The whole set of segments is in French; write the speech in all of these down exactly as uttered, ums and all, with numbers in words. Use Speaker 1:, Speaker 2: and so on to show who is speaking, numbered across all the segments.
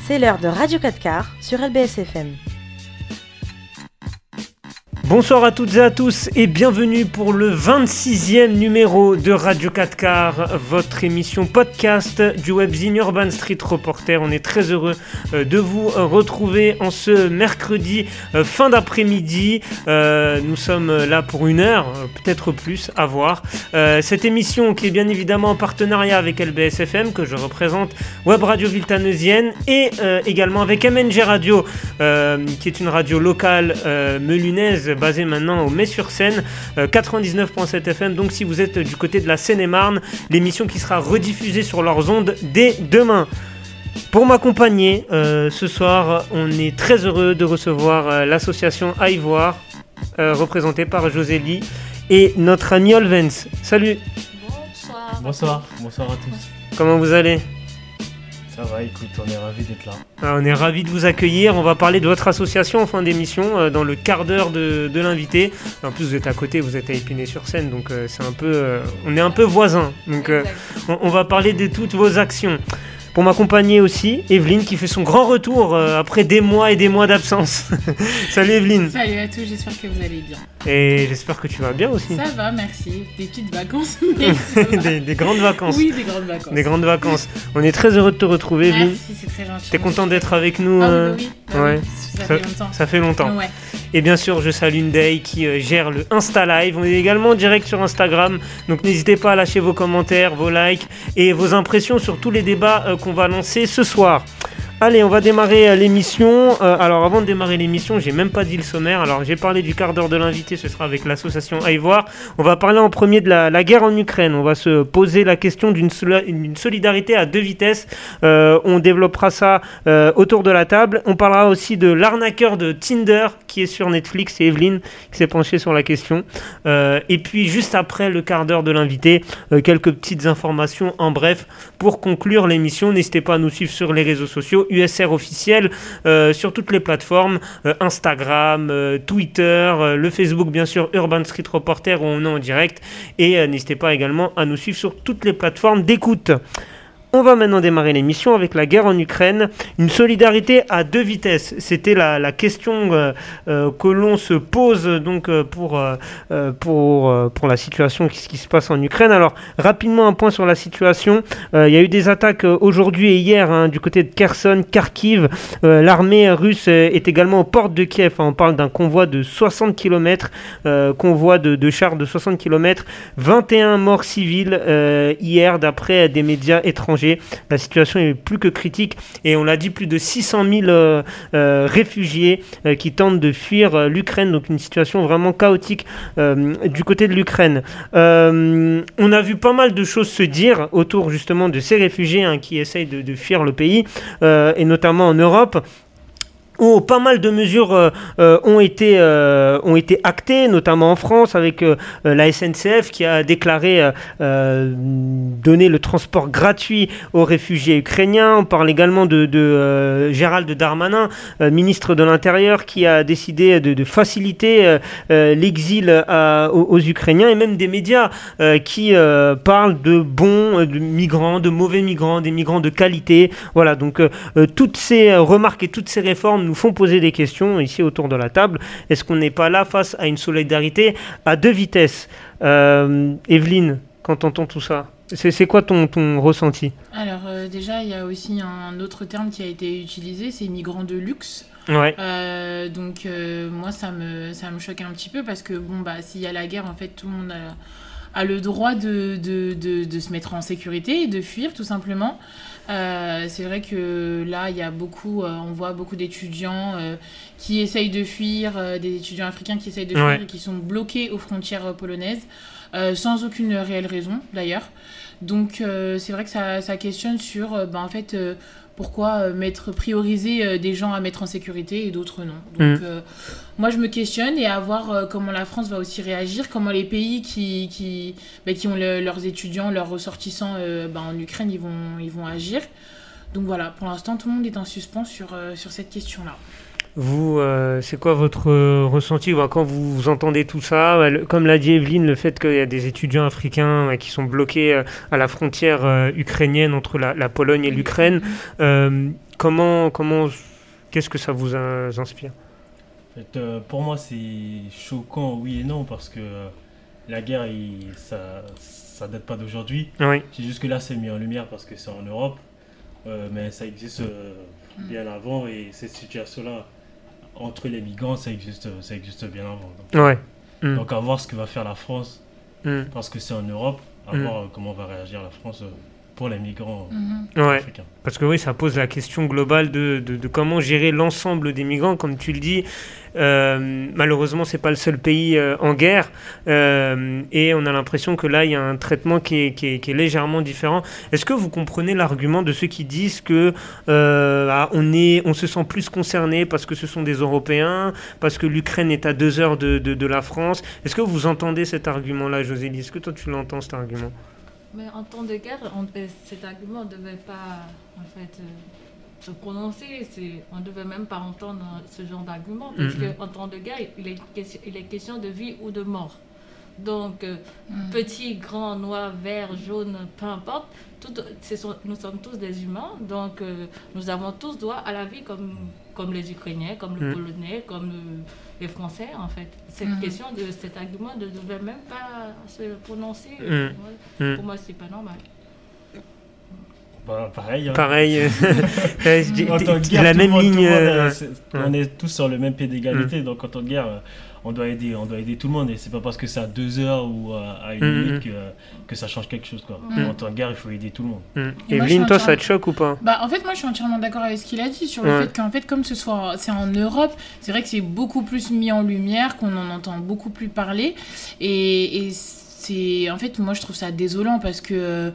Speaker 1: C'est l'heure de Radio quatre quarts sur L B S F M.
Speaker 2: Bonsoir à toutes et à tous et bienvenue pour le vingt-sixième numéro de Radio quatre quarts, votre émission podcast du webzine Urban Street Reporter. On est très heureux de vous retrouver en ce mercredi fin d'après-midi. Euh, nous sommes là pour une heure, peut-être plus, à voir. Euh, cette émission qui est bien évidemment en partenariat avec L B S F M, que je représente, Web Radio Viltaneusienne, et euh, également avec M N G Radio, euh, qui est une radio locale euh, melunaise, basé maintenant au Metz-sur-Seine, euh, quatre-vingt-dix-neuf virgule sept F M. Donc si vous êtes du côté de la Seine-et-Marne, l'émission qui sera rediffusée sur leurs ondes dès demain. Pour m'accompagner euh, ce soir, on est très heureux de recevoir euh, l'association Ivoire, euh, représentée par Josélie et notre ami Olvens. Salut.
Speaker 3: Bonsoir.
Speaker 4: Bonsoir, bonsoir à tous.
Speaker 2: Comment vous allez ?
Speaker 4: Ça va, écoute, on est ravis d'être là.
Speaker 2: Ah, on est ravis de vous accueillir. On va parler de votre association en fin d'émission, euh, dans le quart d'heure de, de l'invité. En plus, vous êtes à côté, vous êtes à Épinay-sur-Seine, donc euh, c'est un peu, euh, on est un peu voisins. Donc euh, on, on va parler de toutes vos actions. Pour m'accompagner aussi, Evelyne qui fait son grand retour euh, après des mois et des mois d'absence. Salut Evelyne.
Speaker 3: Salut à tous, j'espère que vous allez bien.
Speaker 2: Et j'espère que tu vas bien aussi.
Speaker 3: Ça va, merci. Des petites vacances, mais ça va.
Speaker 2: des, des grandes vacances.
Speaker 3: Oui, des grandes vacances.
Speaker 2: Des grandes vacances. On est très heureux de te retrouver, Evelyne.
Speaker 3: Merci, c'est très gentil.
Speaker 2: T'es content d'être avec nous?
Speaker 3: Ah
Speaker 2: euh...
Speaker 3: oui, bah oui. Bah
Speaker 2: ouais.
Speaker 3: oui. Ça,
Speaker 2: ça
Speaker 3: fait longtemps.
Speaker 2: Ça fait longtemps.
Speaker 3: Ouais.
Speaker 2: Et bien sûr, je salue Ndei qui euh, gère le Insta Live. On est également en direct sur Instagram. Donc n'hésitez pas à lâcher vos commentaires, vos likes et vos impressions sur tous les débats euh, qu'on va lancer ce soir. Allez, on va démarrer euh, l'émission. Euh, alors, avant de démarrer l'émission, j'ai même pas dit le sommaire. Alors, j'ai parlé du quart d'heure de l'invité, ce sera avec l'association Ivoire. On va parler en premier de la, la guerre en Ukraine. On va se poser la question d'une, soli- d'une solidarité à deux vitesses. Euh, on développera ça euh, autour de la table. On parlera aussi de l'arnaqueur de Tinder qui est sur Netflix. C'est Evelyne qui s'est penchée sur la question. Euh, et puis, juste après le quart d'heure de l'invité, euh, quelques petites informations en bref pour conclure l'émission. N'hésitez pas à nous suivre sur les réseaux sociaux. U S R officiel euh, sur toutes les plateformes, euh, Instagram, euh, Twitter, euh, le Facebook bien sûr, Urban Street Reporter où on est en direct, et euh, n'hésitez pas également à nous suivre sur toutes les plateformes d'écoute. On va maintenant démarrer l'émission avec la guerre en Ukraine. Une solidarité à deux vitesses. C'était la, la question euh, euh, que l'on se pose donc euh, pour, euh, pour, euh, pour la situation qui, qui se passe en Ukraine. Alors, rapidement, un point sur la situation. Euh, il y a eu des attaques euh, aujourd'hui et hier hein, du côté de Kherson, Kharkiv. Euh, l'armée russe est également aux portes de Kiev. Hein. On parle d'un convoi de soixante kilomètres, euh, convoi de, de chars de soixante kilomètres. vingt et un morts civils euh, hier d'après des médias étrangers. La situation est plus que critique et on l'a dit, plus de six cent mille euh, euh, réfugiés euh, qui tentent de fuir euh, l'Ukraine, donc une situation vraiment chaotique euh, du côté de l'Ukraine. Euh, on a vu pas mal de choses se dire autour justement de ces réfugiés hein, qui essayent de, de fuir le pays euh, et notamment en Europe. Où pas mal de mesures euh, euh, ont, été, euh, ont été actées, notamment en France, avec euh, la S N C F qui a déclaré euh, euh, donner le transport gratuit aux réfugiés ukrainiens. On parle également de, de euh, Gérald Darmanin, euh, ministre de l'Intérieur, qui a décidé de, de faciliter euh, euh, l'exil à, aux, aux Ukrainiens, et même des médias euh, qui euh, parlent de bons de migrants, de mauvais migrants, des migrants de qualité. Voilà, donc euh, euh, toutes ces remarques et toutes ces réformes nous font poser des questions ici autour de la table. Est-ce qu'on n'est pas là face à une solidarité à deux vitesses ? euh, Evelyne, quand tu entends tout ça, c'est, c'est quoi ton, ton ressenti ?
Speaker 3: Alors euh, déjà, il y a aussi un autre terme qui a été utilisé, c'est migrants de luxe.
Speaker 2: Ouais.
Speaker 3: Euh, donc euh, moi, ça me, ça me choque un petit peu parce que bon, bah, s'il y a la guerre, en fait, tout le monde a, a le droit de, de, de, de se mettre en sécurité et de fuir, tout simplement. Euh, c'est vrai que là, il y a beaucoup, euh, on voit beaucoup d'étudiants euh, qui essayent de fuir, euh, des étudiants africains qui essayent de fuir
Speaker 2: ouais.
Speaker 3: et qui sont bloqués aux frontières polonaises, euh, sans aucune réelle raison d'ailleurs. Donc euh, c'est vrai que ça, ça questionne sur, euh, ben, en fait, euh, pourquoi euh, mettre, prioriser euh, des gens à mettre en sécurité et d'autres non. Donc mmh. euh, moi je me questionne et à voir euh, comment la France va aussi réagir, comment les pays qui, qui, bah, qui ont le, leurs étudiants, leurs ressortissants euh, bah, en Ukraine, ils vont, ils vont agir. Donc voilà, pour l'instant tout le monde est en suspens sur, euh, sur cette question-là.
Speaker 2: Vous, euh, c'est quoi votre euh, ressenti bah, quand vous, vous entendez tout ça bah, le, comme l'a dit Evelyne, le fait qu'il y a des étudiants africains bah, qui sont bloqués euh, à la frontière euh, ukrainienne entre la, la Pologne et l'Ukraine. Euh, comment, comment, qu'est-ce que ça vous in- inspire?
Speaker 4: En fait, euh, pour moi, c'est choquant, oui et non, parce que euh, la guerre, il- ça, ça date pas d'aujourd'hui.
Speaker 2: Oui,
Speaker 4: C'est juste que là, c'est mis en lumière parce que c'est en Europe, euh, mais ça existe euh, bien avant et cette situation-là, entre les migrants, ça existe, ça existe bien avant. Donc,
Speaker 2: ouais. Mm.
Speaker 4: donc à voir ce que va faire la France,
Speaker 2: Mm.
Speaker 4: parce que c'est en Europe, à
Speaker 2: Mm.
Speaker 4: voir euh, comment va réagir la France euh, pour les migrants
Speaker 3: Mhm.
Speaker 4: euh,
Speaker 2: Ouais.
Speaker 4: africains.
Speaker 2: Parce que oui, ça pose la question globale de, de, de comment gérer l'ensemble des migrants, comme tu le dis. Euh, malheureusement, c'est pas le seul pays euh, en guerre, euh, et on a l'impression que là, il y a un traitement qui est, qui est, qui est légèrement différent. Est-ce que vous comprenez l'argument de ceux qui disent que euh, ah, on est, on se sent plus concerné parce que ce sont des Européens, parce que l'Ukraine est à deux heures de, de, de la France? Est-ce que vous entendez cet argument-là, Josélie? Est-ce que toi, tu l'entends, cet argument?
Speaker 5: Mais en temps de guerre, on- euh, cet argument ne devait pas en fait, euh, se prononcer. C'est- on ne devait même pas entendre ce genre d'argument. Parce
Speaker 2: Mhm.
Speaker 5: qu'en temps de guerre, il est, question, il est question de vie ou de mort. Donc, euh,
Speaker 3: Mhm.
Speaker 5: petit, grand, noir, vert, jaune, peu importe, tout, ce sont- nous sommes tous des humains. Donc, euh, nous avons tous droit à la vie comme, comme les Ukrainiens, comme les
Speaker 2: Mhm.
Speaker 5: Polonais, comme le- les Français, en fait. Cette
Speaker 3: Mhm.
Speaker 5: question de cet argument ne devait même pas se prononcer.
Speaker 2: Mhm.
Speaker 5: Ouais.
Speaker 2: Mm.
Speaker 5: Pour moi, c'est pas normal.
Speaker 4: Bah, pareil. hein.
Speaker 2: Pareil, euh, euh, je dis-
Speaker 4: En temps de guerre,
Speaker 2: la
Speaker 4: tout
Speaker 2: même
Speaker 4: le monde- tout le
Speaker 2: ligne.
Speaker 4: monde,
Speaker 2: euh,
Speaker 4: euh,
Speaker 2: ouais.
Speaker 4: c'est- on est tous sur le même pied d'égalité, donc en temps de guerre, euh, on doit aider, on doit aider tout le monde. Et c'est pas parce que c'est à deux heures ou à, à une
Speaker 2: Mm,
Speaker 4: minute
Speaker 2: mm.
Speaker 4: que, que ça change quelque chose. Quoi.
Speaker 3: Mm.
Speaker 4: En temps de guerre, il faut aider tout le monde.
Speaker 2: Mm.
Speaker 3: Et moi, je
Speaker 2: Evelyne,
Speaker 3: suis
Speaker 2: toi, ça te
Speaker 3: entièrement-
Speaker 2: choque ou pas?
Speaker 3: Bah, en fait, moi, je suis entièrement d'accord avec ce qu'il a dit sur le
Speaker 2: Ouais.
Speaker 3: fait qu'en fait, comme ce soit, c'est en Europe, c'est vrai que c'est beaucoup plus mis en lumière, qu'on en entend beaucoup plus parler. Et, et c'est, en fait, moi, je trouve ça désolant parce que,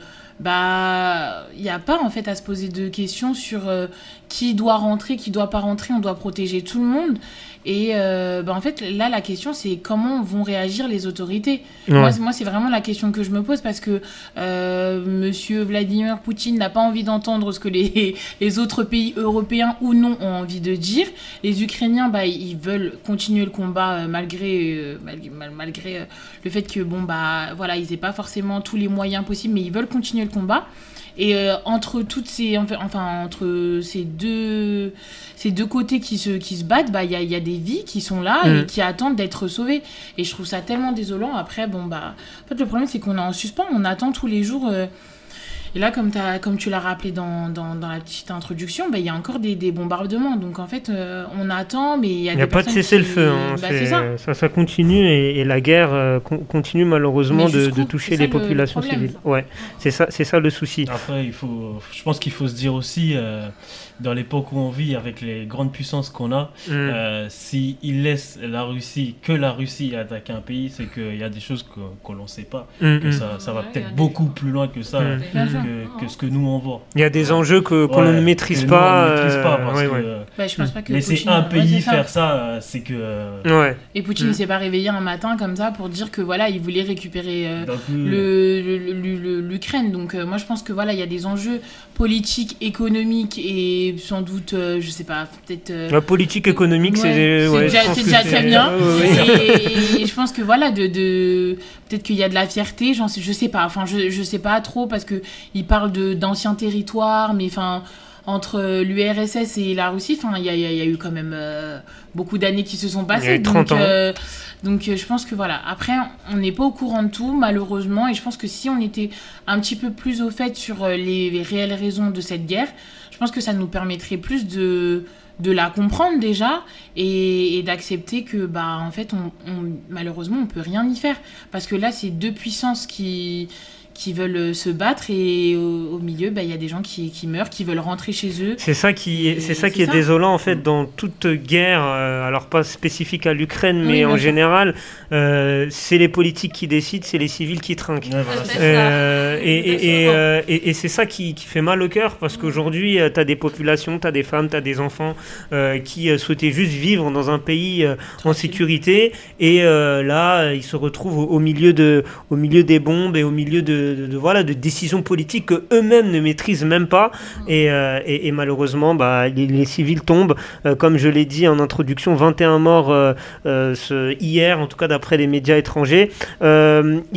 Speaker 3: bah, il n'y a pas, en fait, à se poser de questions sur euh, qui doit rentrer, qui doit pas rentrer. On doit protéger tout le monde. Et, euh, bah, en fait, là, la question, c'est comment vont réagir les autorités.
Speaker 2: Ouais.
Speaker 3: Moi, c'est- moi, c'est vraiment la question que je me pose parce que euh, Monsieur Vladimir Poutine n'a pas envie d'entendre ce que les, les autres pays européens ou non ont envie de dire. Les Ukrainiens, bah, ils veulent continuer le combat euh, malgré, euh, malgré, mal- malgré euh, le fait que bon, bah, voilà, ils n'aient pas forcément tous les moyens possibles, mais ils veulent continuer le combat. Et euh, entre toutes ces, enfin, enfin, entre ces deux, ces deux côtés qui se, qui se battent, bah, il y a, il y a des vies qui sont là
Speaker 2: Mhm.
Speaker 3: et qui attendent d'être sauvées. Et je trouve ça tellement désolant. Après, bon, bah, en fait, le problème, c'est qu'on est en suspens. On attend tous les jours. euh, Et là, comme, t'as- comme tu l'as rappelé dans, dans, dans la petite introduction, bah, il y a encore des, des bombardements. Donc, en fait, euh, on attend, mais il y a
Speaker 2: Il n'y
Speaker 3: des
Speaker 2: a pas de
Speaker 3: personnes
Speaker 2: cessez-le-feu.
Speaker 3: qui-
Speaker 2: Hein.
Speaker 3: Bah,
Speaker 2: c'est-
Speaker 3: c'est ça.
Speaker 2: ça. ça continue et, et la guerre euh, con- continue malheureusement
Speaker 3: Mais
Speaker 2: de,
Speaker 3: jusqu'où
Speaker 2: de toucher
Speaker 3: C'est ça
Speaker 2: les
Speaker 3: le- le
Speaker 2: populations
Speaker 3: problème.
Speaker 2: civiles. Ouais, c'est ça, c'est ça le souci.
Speaker 4: Après, il faut, je pense qu'il faut se dire aussi, euh, dans l'époque où on vit, avec les grandes puissances qu'on a,
Speaker 2: Mm.
Speaker 4: euh, s'ils laissent la Russie, que la Russie attaque un pays, c'est qu'il y a des choses que, qu'on ne sait pas.
Speaker 2: Mm,
Speaker 4: Que
Speaker 2: mm.
Speaker 4: ça, ça va
Speaker 5: Ouais, il y a
Speaker 4: peut-être
Speaker 5: des-
Speaker 4: beaucoup plus loin que ça,
Speaker 2: Mm.
Speaker 3: Bien sûr.
Speaker 4: que, que ce que nous on voit.
Speaker 2: Il y a des enjeux que, qu'on
Speaker 4: Ouais,
Speaker 2: ne maîtrise
Speaker 4: que nous,
Speaker 2: pas.
Speaker 4: on ne maîtrise pas
Speaker 2: euh,
Speaker 4: parce
Speaker 2: ouais,
Speaker 4: que
Speaker 2: ouais.
Speaker 4: euh,
Speaker 3: Bah, je pense pas que
Speaker 4: laisser
Speaker 3: Poutine-
Speaker 4: un
Speaker 3: ouais,
Speaker 4: pays
Speaker 3: c'est ça.
Speaker 4: faire ça, euh, c'est que. euh,
Speaker 2: Ouais.
Speaker 3: Et Poutine
Speaker 2: Mm.
Speaker 3: ne s'est pas réveillé un matin comme ça pour dire que voilà, il voulait récupérer euh,
Speaker 4: donc,
Speaker 3: le, le- le- le- l'Ukraine. Donc euh, moi je pense que voilà, il y a des enjeux politiques, économiques et sans doute, euh, je sais pas, peut-être. euh,
Speaker 2: La politique économique,
Speaker 3: ouais,
Speaker 2: c'est, ouais,
Speaker 3: déjà,
Speaker 2: je pense
Speaker 3: c'est
Speaker 2: que
Speaker 3: déjà
Speaker 2: c'est-
Speaker 3: très bien.
Speaker 2: ouais, ouais, ouais.
Speaker 3: Et, et je pense que voilà, de, de peut-être qu'il y a de la fierté, j'en sais, je sais pas. Enfin, je, je sais pas trop parce que il parle de d'anciens territoires, mais enfin. Entre l'U R S S et la Russie, enfin, il y a, il y a- il y a eu quand même euh, beaucoup d'années qui se sont
Speaker 2: Il y a
Speaker 3: passées.
Speaker 2: eu trente
Speaker 3: donc,
Speaker 2: ans.
Speaker 3: euh, donc, euh, je pense que voilà. Après, on n'est pas au courant de tout, malheureusement. Et je pense que si on était un petit peu plus au fait sur euh, les, les réelles raisons de cette guerre, je pense que ça nous permettrait plus de de la comprendre déjà et, et d'accepter que bah en fait on, on malheureusement on peut rien y faire parce que là c'est deux puissances qui qui veulent se battre et au, au milieu bah il y a des gens qui, qui meurent qui veulent rentrer chez eux.
Speaker 2: C'est ça qui est,
Speaker 3: Et
Speaker 2: c'est ça qui
Speaker 3: c'est
Speaker 2: est
Speaker 3: ça.
Speaker 2: désolant en fait dans toute guerre, euh, alors pas spécifique à l'Ukraine, mais
Speaker 3: Oui, bien
Speaker 2: en
Speaker 3: sûr.
Speaker 2: général, euh, c'est les politiques qui décident, c'est les civils qui trinquent.
Speaker 4: ouais, voilà,
Speaker 5: C'est
Speaker 4: c'est-
Speaker 5: ça.
Speaker 2: Euh, et, et, et,
Speaker 5: Exactement.
Speaker 2: euh, et- et c'est ça qui, qui fait mal au cœur parce qu'aujourd'hui, tu as des populations, tu as des femmes, tu as des enfants euh, qui euh, souhaitaient juste vivre dans un pays euh, en
Speaker 3: Tranquille.
Speaker 2: sécurité et euh, là, ils se retrouvent au, au, milieu de, au milieu des bombes et au milieu de, de, de, voilà, de décisions politiques que eux-mêmes ne maîtrisent même pas et, euh, et, et malheureusement, bah, les, les civils tombent. Euh, comme je l'ai dit en introduction, vingt et un morts euh, euh, ce, hier, en tout cas d'après les médias étrangers. Euh, Il y a eu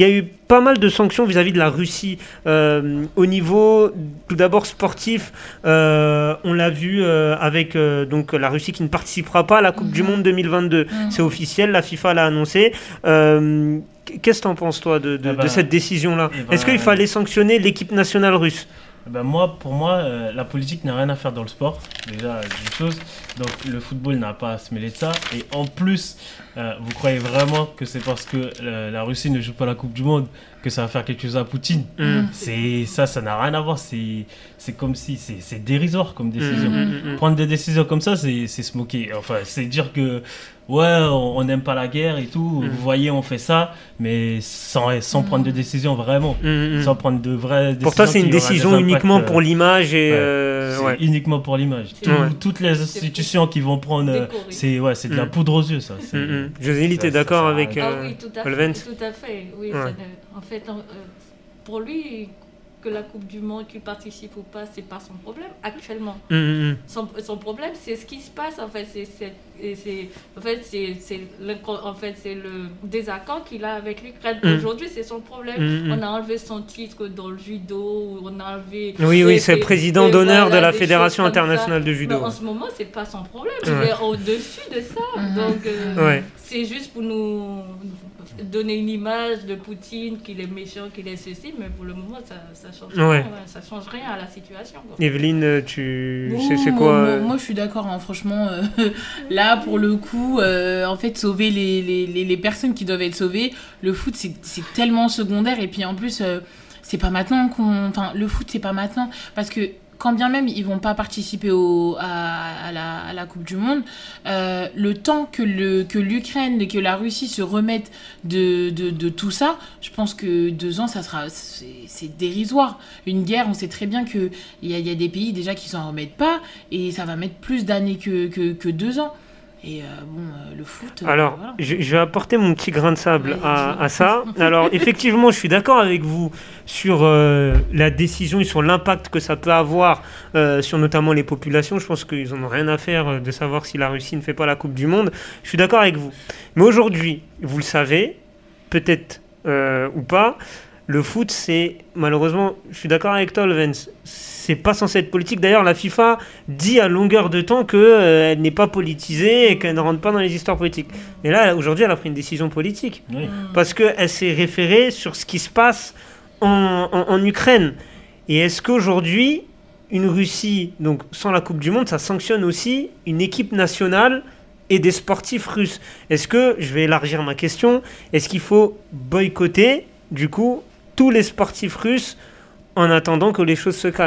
Speaker 2: pas mal de sanctions vis-à-vis de la Russie. Euh, au niveau, tout d'abord, sportif, euh, on l'a vu euh, avec euh, donc, la Russie qui ne participera pas à la Coupe mmh. du Monde deux mille vingt-deux. Mmh. C'est officiel, la FIFA l'a annoncé. Euh, qu'est-ce que tu en penses, toi, de, de, eh ben, de cette décision-là ? eh ben, Est-ce qu'il fallait sanctionner l'équipe nationale russe ?
Speaker 4: Ben moi, pour moi, euh, la politique n'a rien à faire dans le sport, déjà, une chose. Donc, le football n'a pas à se mêler de ça. Et en plus, euh, vous croyez vraiment que c'est parce que euh, la Russie ne joue pas la Coupe du Monde que ça va faire quelque chose à Poutine ? mmh. C'est ça, ça n'a rien à voir. C'est, c'est comme si, c'est, c'est dérisoire comme décision. Mmh. Prendre des décisions comme ça, c'est, c'est se moquer. Enfin, c'est dire que ouais, on n'aime pas la guerre et tout. Mmh. Vous voyez, on fait ça, mais sans, sans mmh. prendre de décision vraiment, mmh. sans prendre de vraies décisions.
Speaker 2: Pour toi, c'est une décision uniquement pour l'image et
Speaker 4: ouais,
Speaker 2: euh,
Speaker 4: c'est
Speaker 2: ouais.
Speaker 4: uniquement pour l'image. Tout, ouais. Toutes les institutions qui vont prendre, c'est ouais, c'est de mmh. la poudre aux yeux, ça. C'est,
Speaker 2: mmh. Josélie, t'es d'accord ça, avec
Speaker 5: euh, ah oui, tout à fait,
Speaker 2: Olvens ?
Speaker 5: Tout à fait. Oui, ouais. En fait, euh, pour lui, que la Coupe du Monde, qu'il participe ou pas, c'est pas son problème actuellement. Mmh. Son, son problème, c'est ce qui se passe en fait. C'est, c'est, c'est, en fait, c'est, c'est le, en fait, c'est le désaccord qu'il a avec l'Ukraine. Mmh. Aujourd'hui, c'est son problème. Mmh. On a enlevé son titre dans le judo, on a enlevé.
Speaker 2: Oui, oui, c'est le président d'honneur voilà, de la Fédération internationale de judo.
Speaker 5: Mais en ce moment, c'est pas son problème. Ouais. Il est au-dessus de ça. Mmh. Donc, euh, ouais. c'est juste pour nous donner une image de Poutine, qu'il est méchant, qu'il est ceci, mais pour le moment, ça ça change ouais. rien, ça change rien à la situation. Quoi.
Speaker 2: Evelyne, tu
Speaker 3: oh,
Speaker 2: sais c'est quoi
Speaker 3: moi,
Speaker 2: euh...
Speaker 3: moi, je suis d'accord, hein, franchement. Euh, là, pour le coup, euh, en fait, sauver les, les, les, les personnes qui doivent être sauvées, le foot, c'est, c'est tellement secondaire. Et puis, en plus, euh, c'est pas maintenant qu'on... Enfin, le foot, c'est pas maintenant. Parce que quand bien même ils vont pas participer au, à, à, la, à la Coupe du Monde, euh, le temps que, le, que l'Ukraine et que la Russie se remettent de, de, de tout ça, je pense que deux ans, ça sera, c'est, c'est dérisoire. Une guerre, on sait très bien qu'il y a, y a des pays déjà qui s'en remettent pas et ça va mettre plus d'années que, que, que deux ans. Et euh, bon, euh, le foot... Euh,
Speaker 2: Alors, voilà. je, je vais apporter mon petit grain de sable ouais, à, à ça. Alors, effectivement, je suis d'accord avec vous sur euh, la décision et sur l'impact que ça peut avoir euh, sur notamment les populations. Je pense qu'ils n'en ont rien à faire de savoir si la Russie ne fait pas la Coupe du Monde. Je suis d'accord avec vous. Mais aujourd'hui, vous le savez, peut-être euh, ou pas, le foot, c'est malheureusement... Je suis d'accord avec toi, Olvens, c'est pas censé être politique. D'ailleurs, la FIFA dit à longueur de temps qu'elle euh, n'est pas politisée et qu'elle ne rentre pas dans les histoires politiques. Et là, aujourd'hui, elle a pris une décision politique. Oui. Parce qu'elle s'est référée sur ce qui se passe en, en, en Ukraine. Et est-ce qu'aujourd'hui, une Russie, donc sans la Coupe du Monde, ça sanctionne aussi une équipe nationale et des sportifs russes ? Est-ce que, je vais élargir ma question, est-ce qu'il faut boycotter, du coup, tous les sportifs russes en attendant que les choses se calment ?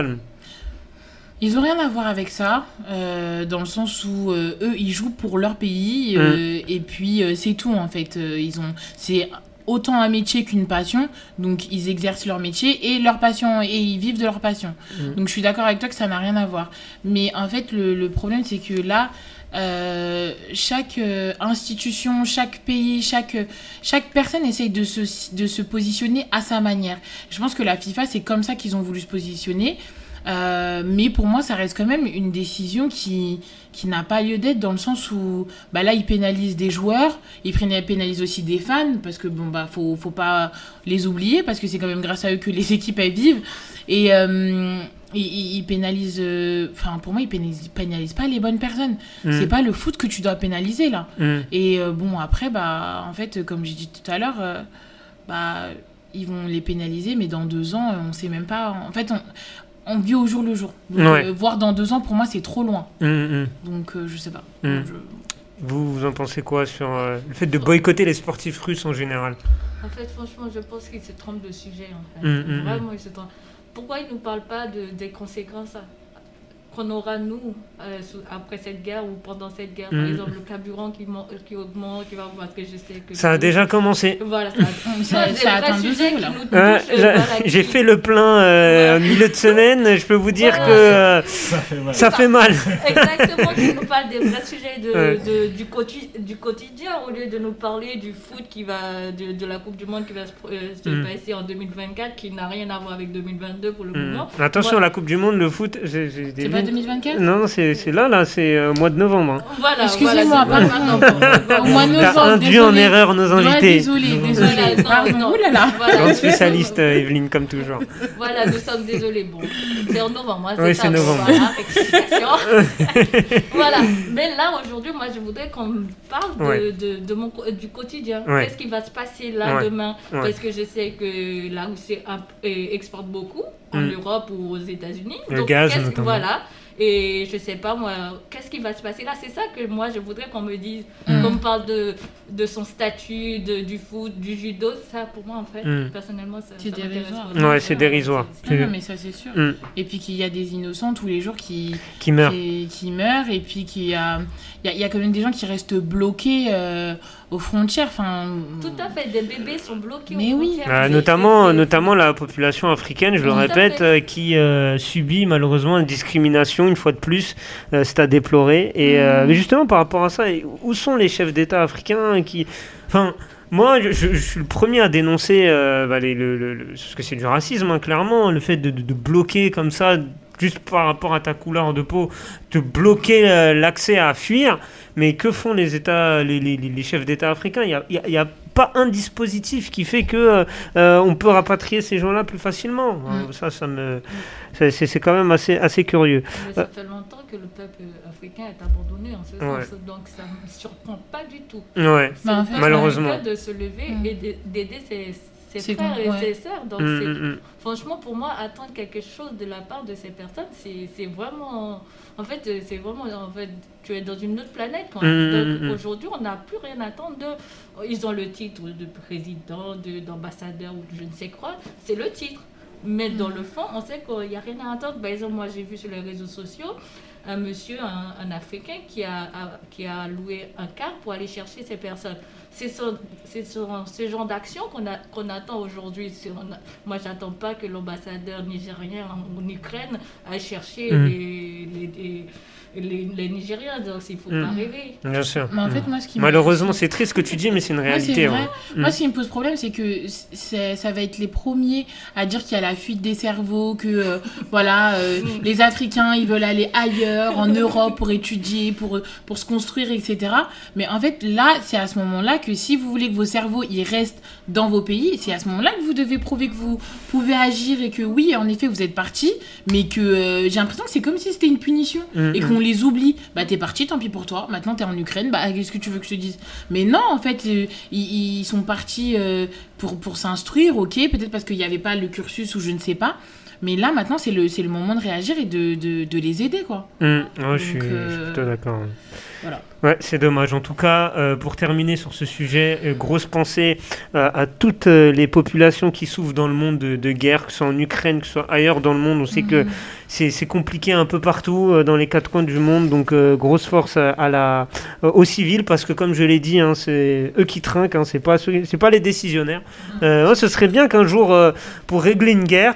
Speaker 3: Ils n'ont rien à voir avec ça, euh, dans le sens où euh, eux, ils jouent pour leur pays, euh, mmh. et puis euh, c'est tout en fait. Euh, ils ont, c'est autant un métier qu'une passion, donc ils exercent leur métier et leur passion, et ils vivent de leur passion. Mmh. Donc je suis d'accord avec toi que ça n'a rien à voir. Mais en fait, le, le problème, c'est que là, Euh, chaque euh, institution, chaque pays, chaque, chaque personne essaye de se, de se positionner à sa manière. Je pense que la FIFA, c'est comme ça qu'ils ont voulu se positionner. Euh, mais pour moi, ça reste quand même une décision qui, qui n'a pas lieu d'être, dans le sens où bah là, ils pénalisent des joueurs, ils pénalisent aussi des fans, parce que bon, bah, faut, faut pas les oublier, parce que c'est quand même grâce à eux que les équipes elles vivent. Et euh, ils, ils pénalisent, enfin, euh, pour moi, ils pénalisent, pénalisent pas les bonnes personnes. Mmh. C'est pas le foot que tu dois pénaliser là. Mmh. Et euh, bon, après, bah, en fait, comme j'ai dit tout à l'heure, euh, bah, ils vont les pénaliser, mais dans deux ans, on sait même pas. En fait, on. On vit au jour le jour. Donc, ouais. euh, voir dans deux ans, pour moi, c'est trop loin. Mmh, mmh. Donc, euh, je sais pas. Mmh. Donc, je...
Speaker 2: Vous, vous en pensez quoi sur euh, le fait de boycotter les sportifs russes en général ?
Speaker 5: En fait, franchement, je pense qu'ils se trompent de sujet. En fait. Mmh, Vraiment, ils se trompent. Pourquoi ils ne nous parlent pas de, des conséquences qu'on aura, nous, euh, après cette guerre ou pendant cette guerre, mmh. par exemple, le carburant qui, mon, qui augmente, qui va, parce que je sais que...
Speaker 2: Ça a déjà commencé.
Speaker 5: Voilà, ça a, ça, ça
Speaker 3: a atteint deux jours, là.
Speaker 2: Euh, euh, j'ai fait le plein euh, ouais. milieu de semaine, je peux vous dire voilà, que euh, ça fait mal. Ça fait mal.
Speaker 5: Exactement, tu nous parles des vrais sujets de, ouais. de, du, quotidien, du quotidien, au lieu de nous parler du foot qui va, de, de la Coupe du Monde qui va se, euh, se mmh. passer en deux mille vingt-quatre, qui n'a rien à voir avec deux mille vingt-deux pour le mmh. moment.
Speaker 2: Attention, voilà. La Coupe du Monde, le foot, j'ai, j'ai des
Speaker 3: deux mille vingt-quatre?
Speaker 2: Non, c'est, c'est là, là, c'est au euh, mois de novembre. Hein.
Speaker 5: Voilà,
Speaker 3: excusez-moi,
Speaker 5: voilà,
Speaker 3: pardon. Au mois de novembre.
Speaker 2: T'as induit en erreur nos invités.
Speaker 3: Ouais, désolé, désolé.
Speaker 5: Voilà, non,
Speaker 3: pardon.
Speaker 5: non.
Speaker 3: Ouh là là.
Speaker 5: Voilà,
Speaker 2: Grande spécialiste, euh, Evelyne, comme toujours.
Speaker 5: Voilà, nous sommes désolés. Bon, c'est en novembre, hein, c'est
Speaker 2: Oui,
Speaker 5: ça.
Speaker 2: c'est
Speaker 5: bon,
Speaker 2: novembre.
Speaker 5: Voilà, rectification. Voilà. Mais là, aujourd'hui, moi, je voudrais qu'on me parle de,
Speaker 2: Ouais.
Speaker 5: de, de mon, du quotidien.
Speaker 2: Ouais.
Speaker 5: Qu'est-ce qui va se passer là
Speaker 2: Ouais.
Speaker 5: demain?
Speaker 2: Ouais.
Speaker 5: Parce que je sais que la Russie imp- et exporte beaucoup en
Speaker 2: Mm.
Speaker 5: Europe ou aux États-Unis.
Speaker 2: Le
Speaker 5: Donc,
Speaker 2: gaz,
Speaker 5: qu'est-ce-
Speaker 2: notamment.
Speaker 5: Voilà. Et je sais pas, moi, qu'est-ce qui va se passer là? C'est ça que moi, je voudrais qu'on me dise.
Speaker 3: Mm.
Speaker 5: Qu'on me parle de, de son statut, de, du foot, du judo. Ça, pour moi, en fait,
Speaker 2: Mm.
Speaker 5: personnellement, ça,
Speaker 3: C'est
Speaker 5: ça m'intéresse
Speaker 3: dérisoire.
Speaker 5: vraiment.
Speaker 2: Ouais, c'est dérisoire.
Speaker 3: Non, non, mais ça c'est sûr.
Speaker 2: Mm.
Speaker 3: Et puis qu'il y a des innocents tous les jours qui,
Speaker 2: Qui meurt.
Speaker 3: qui, qui meurent, et puis qu'il y a, il y, a, il y a quand même des gens qui restent bloqués euh, aux frontières. Enfin,
Speaker 5: Tout à fait, des bébés sont bloqués
Speaker 3: Mais
Speaker 5: aux
Speaker 3: oui.
Speaker 5: frontières.
Speaker 2: Euh,
Speaker 5: C'est-
Speaker 2: notamment,
Speaker 5: c'est- c'est-
Speaker 2: notamment la population africaine, je le
Speaker 5: Tout à
Speaker 2: répète,
Speaker 5: fait.
Speaker 2: euh, qui euh, subit malheureusement une discrimination une fois de plus. Euh, c'est à déplorer. Et euh,
Speaker 3: Mhm.
Speaker 2: mais justement, par rapport à ça, et où sont les chefs d'État africains qui, enfin. Moi, je, je- je suis le premier à dénoncer euh, bah, les- le, le- le- parce que c'est du racisme, hein, clairement, le fait de, de- de bloquer comme ça, juste par rapport à ta couleur de peau, de bloquer euh, l'accès à fuir. Mais que font les États, les, les- les chefs d'État africains? Il n'y a, il y a- il y a pas un dispositif qui fait que euh, euh, on peut rapatrier ces gens-là plus facilement.
Speaker 3: Mm.
Speaker 2: Ça, ça me, c'est, c'est- c'est quand même assez, assez curieux.
Speaker 5: Mais ça fait longtemps que le peuple africain est abandonné en ce
Speaker 2: Ouais.
Speaker 5: sens, donc ça ne me surprend pas du tout.
Speaker 2: Ouais.
Speaker 5: C'est
Speaker 3: Bah, en
Speaker 5: au
Speaker 3: fait,
Speaker 5: peuple
Speaker 2: malheureusement.
Speaker 5: africain de se lever
Speaker 3: Mm.
Speaker 5: et de- d'aider ses, ses
Speaker 3: C'est
Speaker 5: frères
Speaker 3: con-
Speaker 5: et
Speaker 3: ouais.
Speaker 5: ses sœurs. Donc,
Speaker 2: Mm,
Speaker 5: c'est-
Speaker 2: mm, mm.
Speaker 5: franchement, pour moi, attendre quelque chose de la part de ces personnes, c'est c'est vraiment... En fait, euh, c'est vraiment... En fait, tu es dans une autre planète. Quand
Speaker 2: Mm, mm,
Speaker 5: Donc,
Speaker 2: mm.
Speaker 5: aujourd'hui, on n'a plus rien à attendre de... Ils ont le titre de président, de- d'ambassadeur ou de je ne sais quoi. C'est le titre. Mais dans le fond, on sait qu'il n'y a rien à attendre. Par exemple, moi, j'ai vu sur les réseaux sociaux un monsieur, un, un Africain, qui a, a- qui a loué un car pour aller chercher ces personnes. C'est ce, c'est ce, ce genre d'action qu'on a- qu'on attend aujourd'hui. C'est- on a- Moi, je n'attends pas que l'ambassadeur nigérien en, en Ukraine aille chercher
Speaker 2: Mm.
Speaker 5: les, les, les, les- les Nigériens. Donc, il ne faut
Speaker 2: Mm.
Speaker 5: pas rêver.
Speaker 2: Bien sûr.
Speaker 3: mais en
Speaker 2: Mm.
Speaker 3: fait, moi, ce qui me-
Speaker 2: Malheureusement, c'est triste ce que tu dis, mais c'est une
Speaker 3: Moi, c'est
Speaker 2: réalité.
Speaker 3: vrai.
Speaker 2: ouais. Mm.
Speaker 3: Moi, ce qui me pose problème, c'est que c'est, ça va être les premiers à dire qu'il y a la fuite des cerveaux, que euh, voilà, euh, les Africains, ils veulent aller ailleurs, en Europe, pour étudier, pour, pour se construire, et cetera. Mais en fait, là, c'est à ce moment-là que si vous voulez que vos cerveaux ils restent dans vos pays, c'est à ce moment-là que vous devez prouver que vous pouvez agir et que oui, en effet, vous êtes partis, mais que euh, j'ai l'impression que c'est comme si c'était une punition
Speaker 2: Mm,
Speaker 3: et
Speaker 2: mm.
Speaker 3: qu'on les oublie. Bah, t'es parti, tant pis pour toi. Maintenant, t'es en Ukraine. Bah, qu'est-ce que tu veux que je te dise? Mais non, en fait, euh, ils, ils sont partis euh, pour, pour s'instruire, ok, peut-être parce qu'il n'y avait pas le cursus ou je ne sais pas. Mais là, maintenant, c'est le, c'est le moment de réagir et de, de, de les aider, quoi.
Speaker 2: Mm. Ouais, je, suis,
Speaker 3: Donc,
Speaker 2: je suis
Speaker 3: euh,
Speaker 2: plutôt d'accord. ouais.
Speaker 3: Voilà.
Speaker 2: Ouais, c'est dommage. En tout cas, euh, pour terminer sur ce sujet, euh, grosse pensée euh, à toutes euh, les populations qui souffrent dans le monde de, de guerre, que ce soit en Ukraine, que ce soit ailleurs dans le monde. On sait que
Speaker 3: Mhm.
Speaker 2: c'est, c'est compliqué un peu partout euh, dans les quatre coins du monde. Donc, euh, grosse force à, à la, euh, aux civils, parce que comme je l'ai dit, hein, c'est eux qui trinquent, hein, c'est pas, ceux- c'est pas les décisionnaires. Euh, ouais, ce serait bien qu'un jour, euh, pour régler une guerre,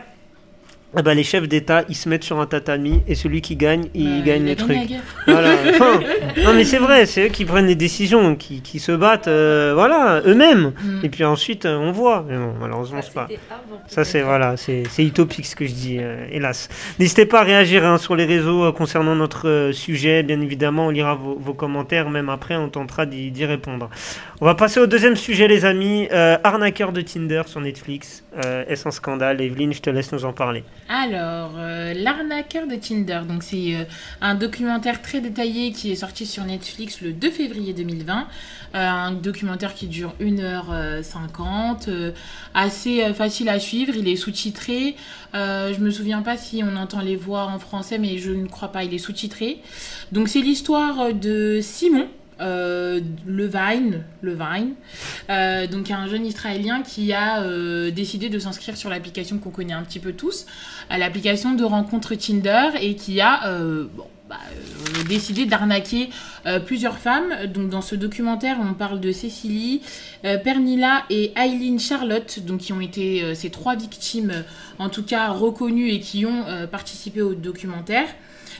Speaker 2: eh ben, les chefs d'État, ils se mettent sur un tatami et celui qui gagne, il
Speaker 3: Bah,
Speaker 2: gagne
Speaker 3: il a
Speaker 2: le
Speaker 3: gagné
Speaker 2: truc.
Speaker 3: la guerre.
Speaker 2: Voilà. Enfin, non mais c'est vrai, c'est eux qui prennent les décisions, qui, qui se battent, euh, voilà, eux-mêmes.
Speaker 3: Mm.
Speaker 2: Et puis ensuite, euh, on voit. Mais bon, malheureusement,
Speaker 5: Ça,
Speaker 2: c'est pas.
Speaker 5: c'était avant,
Speaker 2: Ça c'est
Speaker 5: peut-être.
Speaker 2: voilà, c'est c'est utopique ce que je dis, euh, hélas. N'hésitez pas à réagir hein, sur les réseaux euh, concernant notre euh, sujet. Bien évidemment, on lira vos, vos commentaires, même après, on tentera d'y d'y répondre. On va passer au deuxième sujet, les amis. Euh, arnaqueur de Tinder sur Netflix. Euh, est-ce un scandale? Evelyne, je te laisse nous en parler.
Speaker 3: Alors, euh, l'arnaqueur de Tinder. Donc, c'est euh, un documentaire très détaillé qui est sorti sur Netflix le deux février deux mille vingt. Euh, un documentaire qui dure une heure cinquante, euh, assez euh, facile à suivre. Il est sous-titré. Euh, je me souviens pas si on entend les voix en français, mais je ne crois pas. Il est sous-titré. Donc, c'est l'histoire de Simon. Euh, Levine, Levine euh, donc un jeune Israélien qui a euh, décidé de s'inscrire sur l'application qu'on connaît un petit peu tous, à l'application de rencontre Tinder, et qui a euh, bon, bah, euh, décidé d'arnaquer euh, plusieurs femmes. Donc dans ce documentaire, on parle de Cécilie, euh, Pernilla et Aileen Charlotte, donc qui ont été euh, ces trois victimes, euh, en tout cas reconnues et qui ont euh, participé au documentaire.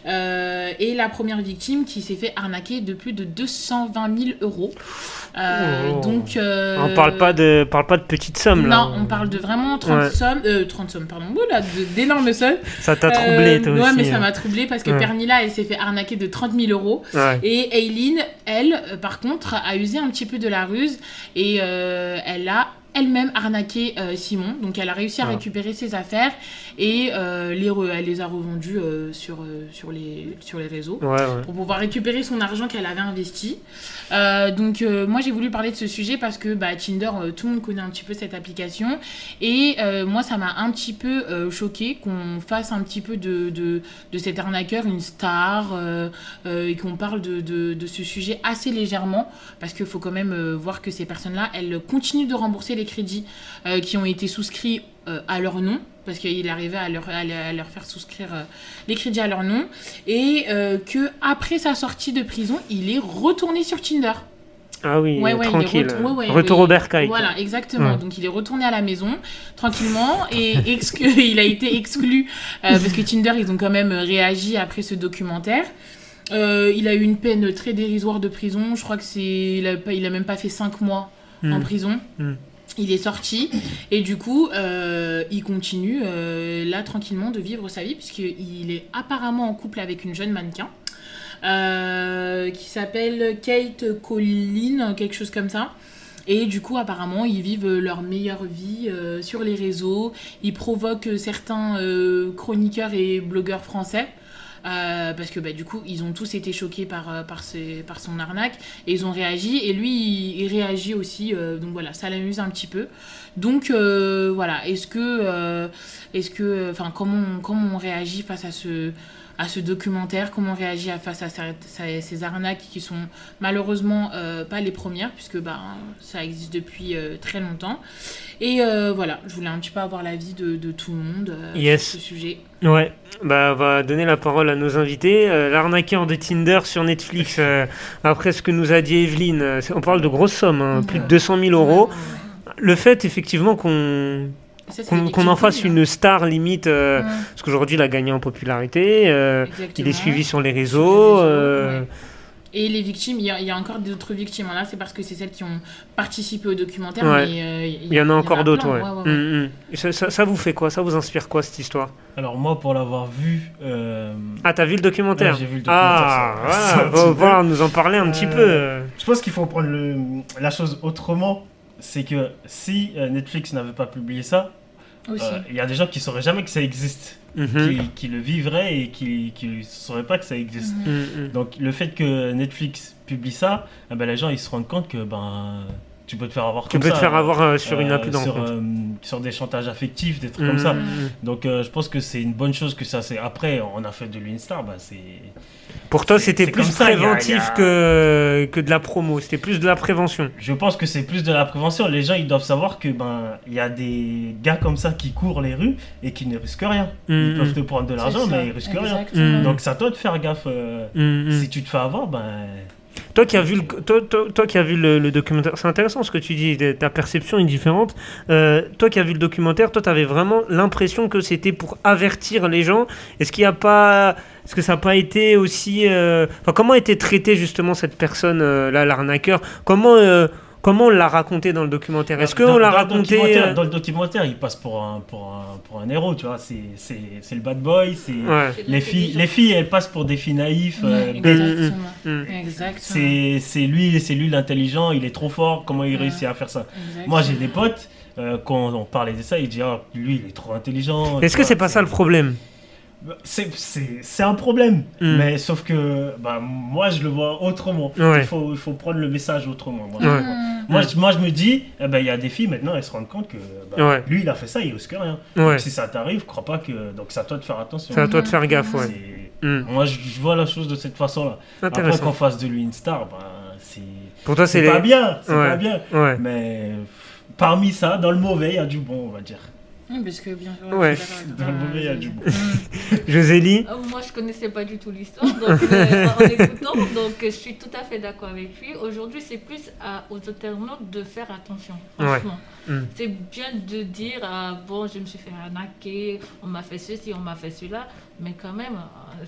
Speaker 3: Euh, et la première victime qui s'est fait arnaquer de plus de deux cent vingt mille euros. Euh,
Speaker 2: oh.
Speaker 3: donc, euh,
Speaker 2: on parle pas de parle pas de petites sommes là.
Speaker 3: Non, on parle de vraiment trente
Speaker 2: ouais. sommes,
Speaker 3: euh, trente sommes, pardon, oula, de, d'énormes sommes.
Speaker 2: Ça t'a troublé, toi
Speaker 3: euh,
Speaker 2: aussi.
Speaker 3: Ouais, mais
Speaker 2: hein.
Speaker 3: ça m'a troublé parce que ouais. Pernilla, elle s'est fait arnaquer de trente mille euros.
Speaker 2: Ouais.
Speaker 3: Et Aileen, elle, euh, par contre, a usé un petit peu de la ruse et euh, elle a elle-même arnaqué euh, Simon. Donc, elle a réussi à ah. récupérer ses affaires et euh, les re- elle les a revendues euh, sur, euh, sur, les, sur les réseaux
Speaker 2: ouais, ouais.
Speaker 3: pour pouvoir récupérer son argent qu'elle avait investi. Euh, donc, euh, moi, j'ai voulu parler de ce sujet parce que bah, Tinder, euh, tout le monde connaît un petit peu cette application. Et euh, moi, ça m'a un petit peu euh, choquée qu'on fasse un petit peu de, de, de cet arnaqueur une star euh, euh, et qu'on parle de, de, de ce sujet assez légèrement parce qu'il faut quand même euh, voir que ces personnes-là, elles continuent de rembourser les crédits euh, qui ont été souscrits euh, à leur nom parce qu'il arrivait à leur, à leur faire souscrire euh, les crédits à leur nom et euh, qu'après sa sortie de prison, il est retourné sur Tinder.
Speaker 2: Ah oui,
Speaker 3: ouais, ouais,
Speaker 2: tranquille.
Speaker 3: Re- ouais, ouais,
Speaker 2: Retour
Speaker 3: ouais,
Speaker 2: au bercail.
Speaker 3: Voilà, exactement.
Speaker 2: Ouais.
Speaker 3: Donc il est retourné à la maison tranquillement et exclu- il a été exclu euh, parce que Tinder, ils ont quand même réagi après ce documentaire. Euh, il a eu une peine très dérisoire de prison. Je crois que c'est, il a, pas, il a même pas fait cinq mois mmh. en prison. Mmh. Il est sorti et du coup, euh, il continue euh, là tranquillement de vivre sa vie puisqu'il est apparemment en couple avec une jeune mannequin euh, qui s'appelle Kate Collin, quelque chose comme ça. Et du coup, apparemment, ils vivent leur meilleure vie euh, sur les réseaux. Ils provoquent certains euh, chroniqueurs et blogueurs français. Euh, parce que bah, du coup ils ont tous été choqués par, par, ses, par son arnaque et ils ont réagi et lui il, il réagit aussi euh, donc voilà ça l'amuse un petit peu donc euh, voilà est-ce que euh, est-ce que enfin comment on, comment on réagit face à ce à ce documentaire, comment on réagit à, face à, sa, à ces arnaques qui sont malheureusement euh, pas les premières puisque bah, ça existe depuis euh, très longtemps et euh, voilà je voulais un petit peu avoir l'avis de, de tout le monde euh,
Speaker 2: yes.
Speaker 3: sur ce sujet.
Speaker 2: Ouais, bah on va donner la parole à nos invités. Euh, l'arnaqueur de Tinder sur Netflix, euh, après ce que nous a dit Evelyne, euh, on parle de grosses sommes, hein, ouais. plus de deux cent mille euros. Ouais, ouais. Le fait effectivement qu'on... Ça, qu'on, qu'on en fasse une star limite, euh, ouais. parce qu'aujourd'hui il a gagné en popularité, euh, il est suivi sur les réseaux.
Speaker 3: Sur les réseaux
Speaker 2: euh...
Speaker 3: ouais. Et les victimes, il y, y a encore d'autres victimes. Là, c'est parce que c'est celles qui ont participé au documentaire.
Speaker 2: Ouais.
Speaker 3: Mais euh,
Speaker 2: il y, y en a encore y en a d'autres. Ouais.
Speaker 3: Ouais, ouais, ouais.
Speaker 2: Mmh, mmh. Ça, ça, ça vous fait quoi? Ça vous inspire quoi cette histoire?
Speaker 4: Alors moi, pour l'avoir vu... Euh...
Speaker 2: Ah, t'as vu le documentaire?
Speaker 4: Ouais, j'ai vu le documentaire.
Speaker 2: Ah, voilà, va voir nous en parler un euh, petit peu.
Speaker 4: Je pense qu'il faut prendre le, la chose autrement. C'est que si euh, Netflix n'avait pas publié ça, il euh, y a des gens qui ne sauraient jamais que ça existe. Mm-hmm. Qui, qui le vivraient et qui ne sauraient pas que ça existe. Mm-hmm. Donc le fait que Netflix publie ça, eh ben, les gens ils se rendent compte que ben, tu peux te faire avoir
Speaker 2: tu
Speaker 4: comme
Speaker 2: peux
Speaker 4: ça.
Speaker 2: te faire avoir euh, sur
Speaker 4: euh,
Speaker 2: une appli
Speaker 4: sur, euh, sur des chantages affectifs, des trucs mm-hmm. comme ça. Donc euh, je pense que c'est une bonne chose que ça c'est. Après on a fait de lui une star, bah, c'est...
Speaker 2: Pour toi, c'était plus ça, préventif y a, y a... Que, que de la promo. C'était plus de la prévention.
Speaker 4: Je pense que c'est plus de la prévention. Les gens, ils doivent savoir que ben il y a des gars comme ça qui courent les rues et qui ne risquent rien. Mmh. Ils peuvent te prendre de l'argent, mais ils risquent Exactement. rien. Mmh. Donc c'est à toi de faire gaffe. Euh, mmh. Si tu te fais avoir, ben...
Speaker 2: Toi qui as vu le, toi, toi, toi qui as vu le, le documentaire, c'est intéressant ce que tu dis, ta perception est différente. Euh, toi qui as vu le documentaire, toi tu avais vraiment l'impression que c'était pour avertir les gens. Est-ce qu'il y a pas, est-ce que ça n'a pas été aussi, euh, enfin comment a été traitée justement cette personne euh, là, l'arnaqueur? Comment euh, Comment on l'a raconté dans le documentaire? Est-ce qu'on l'a raconté
Speaker 4: euh... Dans le documentaire, il passe pour un, pour un, pour un héros, tu vois. C'est, c'est, c'est le bad boy. C'est
Speaker 2: ouais.
Speaker 4: les, filles, les filles, elles passent pour des filles naïfs.
Speaker 3: Ouais,
Speaker 4: euh,
Speaker 3: exactement. Mmh. exactement.
Speaker 4: C'est, c'est, lui, c'est lui l'intelligent, il est trop fort. Comment il ouais. réussit à faire ça? Exactement. Moi, j'ai des potes, euh, quand on parlait de ça, ils disaient oh, lui, il est trop intelligent.
Speaker 2: Est-ce que vois, c'est pas c'est... ça le problème?
Speaker 4: C'est, c'est, c'est un problème, mmh. mais sauf que bah, moi je le vois autrement.
Speaker 2: Ouais.
Speaker 4: Il, faut, il faut prendre le message autrement. Moi,
Speaker 2: ouais.
Speaker 4: mmh. moi, je, moi je me dis, il eh ben, y a des filles maintenant, elles se rendent compte que bah, ouais. lui il a fait ça, il risque rien.
Speaker 2: Ouais.
Speaker 4: Donc si ça t'arrive, crois pas que. Donc c'est à toi de faire attention.
Speaker 2: C'est à toi de faire gaffe, ouais.
Speaker 4: Mmh. Moi je, je vois la chose de cette façon-là. Après qu'on fasse de lui une star, bah, c'est.
Speaker 2: Pour toi, c'est,
Speaker 4: c'est
Speaker 2: les...
Speaker 4: pas bien, c'est
Speaker 2: ouais.
Speaker 4: pas bien.
Speaker 2: Ouais.
Speaker 4: Mais parmi ça, dans le mauvais, il y a du bon, on va dire.
Speaker 3: Oui, parce que bien sûr,
Speaker 2: ouais.
Speaker 4: Dans le mauvais, il y a du bon.
Speaker 2: Josélie
Speaker 5: euh, Moi, je connaissais pas du tout l'histoire, donc euh, en écoutant, donc je suis tout à fait d'accord avec lui. Aujourd'hui, c'est plus à, aux internautes de faire attention, franchement. Ouais. Mm. C'est bien de dire, ah, bon, je me suis fait arnaquer, on m'a fait ceci, on m'a fait cela, mais quand même, euh, tu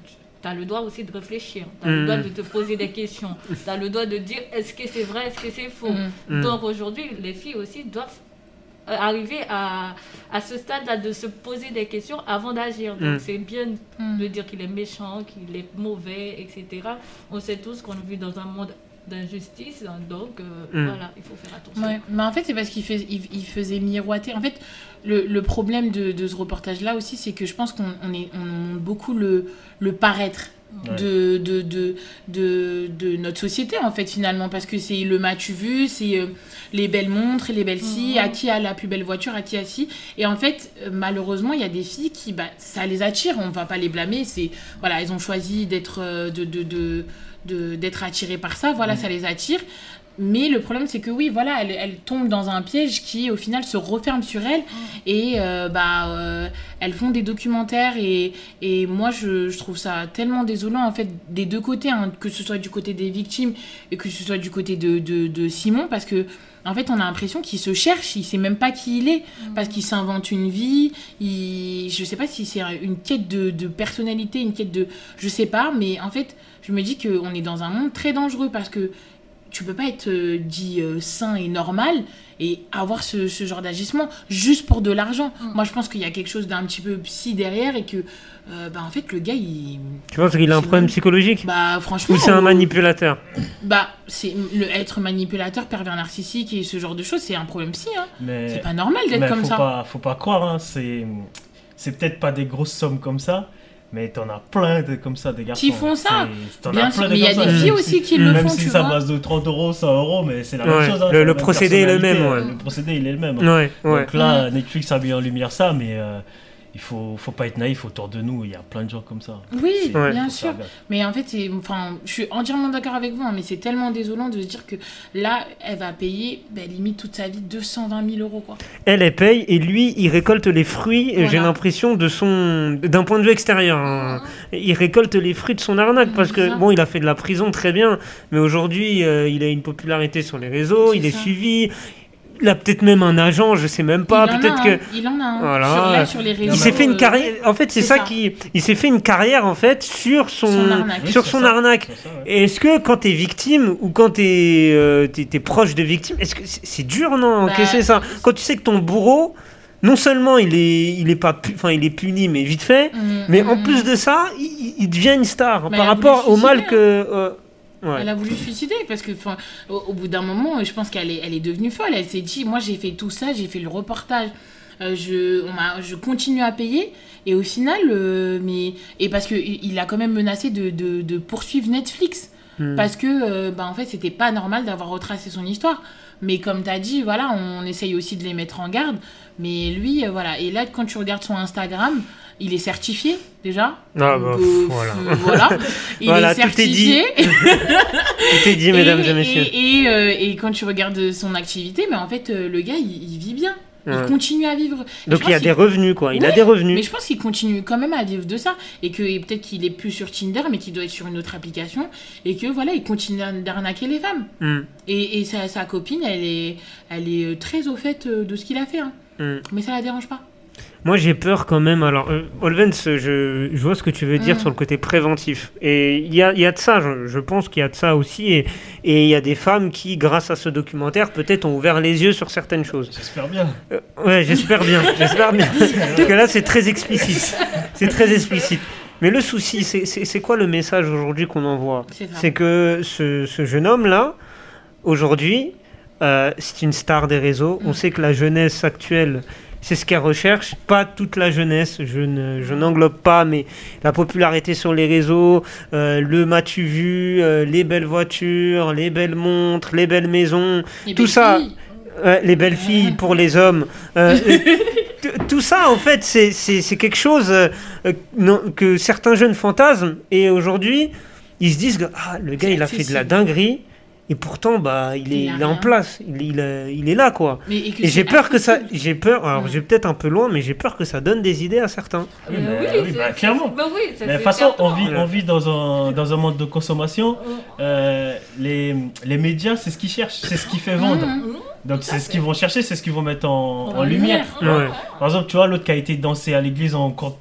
Speaker 5: tu as le droit aussi de réfléchir. Tu as mmh. le droit de te poser des questions. Tu as le droit de dire est-ce que c'est vrai, est-ce que c'est faux. Mmh. Donc aujourd'hui, les filles aussi doivent arriver à, à ce stade-là de se poser des questions avant d'agir. Donc mmh. c'est bien mmh. de dire qu'il est méchant, qu'il est mauvais, et cetera. On sait tous qu'on vit dans un monde d'injustice, donc euh, mmh. voilà, il faut faire attention. Ouais.
Speaker 3: Mais en fait, c'est parce qu'il fait, il, il faisait miroiter. En fait, le, le problème de, de ce reportage-là aussi, c'est que je pense qu'on on est, on montre beaucoup le, le paraître. Ouais. De, de, de, de, de notre société en fait finalement, parce que c'est le m'as-tu vu, c'est euh, les belles montres et les belles filles, mmh. à qui a la plus belle voiture, à qui a si, et en fait euh, malheureusement il y a des filles qui bah, ça les attire, on va pas les blâmer, c'est voilà, elles ont choisi d'être, euh, de, de, de, de, d'être attirées par ça, voilà, mmh. ça les attire. Mais le problème, c'est que oui, voilà, elle, elle tombe dans un piège qui, au final, se referme sur elle. Mmh. Et euh, bah, euh, elles font des documentaires. Et, et moi, je, je trouve ça tellement désolant, en fait, des deux côtés, hein, que ce soit du côté des victimes et que ce soit du côté de, de, de Simon. Parce que, en fait, on a l'impression qu'il se cherche. Il ne sait même pas qui il est. Mmh. Parce qu'il s'invente une vie. Il, je ne sais pas si c'est une quête de, de personnalité, une quête de... Je ne sais pas. Mais en fait, je me dis qu'on est dans un monde très dangereux parce que tu peux pas être euh, dit euh, sain et normal et avoir ce, ce genre d'agissement juste pour de l'argent. Mmh. Moi, je pense qu'il y a quelque chose d'un petit peu psy derrière et que, euh, bah, en fait, le gars, il...
Speaker 2: Tu penses qu'il a un problème même... psychologique ?
Speaker 3: Bah, franchement...
Speaker 2: Ou c'est un manipulateur ?
Speaker 3: Bah, c'est le être manipulateur, pervers narcissique et ce genre de choses, c'est un problème psy, hein.
Speaker 4: Mais...
Speaker 3: C'est pas normal d'être
Speaker 4: mais
Speaker 3: comme
Speaker 4: faut
Speaker 3: ça.
Speaker 4: Pas, faut pas croire, hein. C'est... c'est peut-être pas des grosses sommes comme ça, mais t'en as plein de, comme ça, des garçons.
Speaker 3: Qui font ça.
Speaker 4: Bien
Speaker 3: sûr, mais il y a des filles aussi qui le font,
Speaker 4: même si ça base de trente euros, cent euros, mais c'est la
Speaker 2: ouais,
Speaker 4: même chose. Hein,
Speaker 2: le le procédé est le même. Ouais.
Speaker 4: Le procédé, il est le même.
Speaker 2: Ouais, ouais.
Speaker 4: Donc là, Netflix a mis en lumière ça, mais euh, il faut, faut pas être naïf autour de nous. Il y a plein de gens comme ça.
Speaker 3: Oui, ouais. bien sûr. Mais en fait, c'est, enfin, je suis entièrement d'accord avec vous, hein, mais c'est tellement désolant de se dire que là, elle va payer ben, limite toute sa vie deux cent vingt mille euros. Quoi.
Speaker 2: Elle, elle paye et lui, il récolte les fruits, voilà. J'ai l'impression, de son... d'un point de vue extérieur. Hein. Il récolte les fruits de son arnaque parce que, bon, il a fait de la prison très bien, mais aujourd'hui, euh, il a une popularité sur les réseaux, c'est il ça. est suivi. Il a peut-être même un agent, je sais même pas.
Speaker 3: Il
Speaker 2: peut-être
Speaker 3: en a
Speaker 2: que
Speaker 3: un. Il en a un.
Speaker 2: Voilà.
Speaker 3: Sur, là, sur les réseaux.
Speaker 2: Il s'est fait une
Speaker 3: euh...
Speaker 2: carrière. En fait, c'est, c'est ça, ça qui. Il s'est fait une carrière en fait sur son,
Speaker 3: son arnaque.
Speaker 2: sur
Speaker 4: oui,
Speaker 2: son
Speaker 4: ça.
Speaker 2: arnaque.
Speaker 4: Ça, ouais.
Speaker 2: Et est-ce que quand t'es victime ou quand t'es, euh, t'es, t'es proche de victime, est-ce que c'est, c'est dur non bah, encaisser ça quand tu sais que ton bourreau, non seulement il est, il est pas, enfin il est puni mais vite fait, mmh, mais mmh. en plus de ça, il, il devient une star bah, par rapport au mal que. Euh,
Speaker 3: Ouais. Elle a voulu suicider parce que au, au bout d'un moment, je pense qu'elle est, elle est devenue folle. Elle s'est dit, moi j'ai fait tout ça, j'ai fait le reportage, euh, je, on m'a, je continue à payer et au final, euh, mais et parce que il a quand même menacé de, de, de poursuivre Netflix hmm. parce que euh, bah, en fait c'était pas normal d'avoir retracé son histoire. Mais comme tu as dit, voilà, on essaye aussi de les mettre en garde. Mais lui, euh, voilà. Et là, quand tu regardes son Instagram, il est certifié déjà.
Speaker 2: Ah bah,
Speaker 3: euh,
Speaker 2: voilà.
Speaker 3: Euh, voilà. Il
Speaker 2: voilà,
Speaker 3: est certifié.
Speaker 2: Tout est dit, tout est dit mesdames et, et messieurs.
Speaker 3: Et, et, euh, et quand tu regardes son activité, mais en fait, euh, le gars, il, il vit bien. Il ouais. continue à vivre.
Speaker 2: Donc il y a des revenus, quoi. Il ouais, a des revenus.
Speaker 3: Mais je pense qu'il continue quand même à vivre de ça. Et que et peut-être qu'il est plus sur Tinder, mais qu'il doit être sur une autre application. Et que voilà, il continue d'arnaquer les femmes. Mm. Et, et sa, sa copine, elle est, elle est très au fait de ce qu'il a fait. Hein. Mm. Mais ça la dérange pas.
Speaker 2: Moi, j'ai peur quand même. Alors, euh, Olvens, je, je vois ce que tu veux dire mmh. sur le côté préventif. Et il y a, y a de ça, je, je pense qu'il y a de ça aussi. Et il y a des femmes qui, grâce à ce documentaire, peut-être ont ouvert les yeux sur certaines choses.
Speaker 4: J'espère bien.
Speaker 2: Euh, ouais, j'espère bien. j'espère bien. Parce que là, c'est très explicite. C'est très explicite. Mais le souci, c'est, c'est, c'est quoi le message aujourd'hui qu'on envoie ? C'est, c'est que ce, ce jeune homme-là, aujourd'hui, euh, c'est une star des réseaux. Mmh. On sait que la jeunesse actuelle... C'est ce qu'elle recherche, pas toute la jeunesse, je, ne, je n'englobe pas, mais la popularité sur les réseaux, euh, le m'as-tu vu, euh, les belles voitures, les belles montres, les belles maisons, les tout ça, euh, les belles filles pour les hommes, euh, t- tout ça en fait c'est, c'est, c'est quelque chose euh, non, que certains jeunes fantasment et aujourd'hui ils se disent que ah, le gars c'est il a fait de la dinguerie. Et pourtant, bah, il est, il il est en place, il, il, il est là, quoi. Mais et, et j'ai peur que ça, j'ai peur, alors ouais. j'ai peut-être un peu loin, mais j'ai peur que ça donne des idées à certains.
Speaker 4: Oui, mais, oui, oui bah, clairement. Bah oui, mais de toute façon, on vit, on vit dans un, dans un monde de consommation. Euh, les, les médias, c'est ce qu'ils cherchent, c'est ce qui fait vendre. Mmh. Donc c'est ce qu'ils vont chercher, c'est ce qu'ils vont mettre en, en lumière. Ouais. Par exemple, tu vois, l'autre qui a été dansé à l'église en crop top.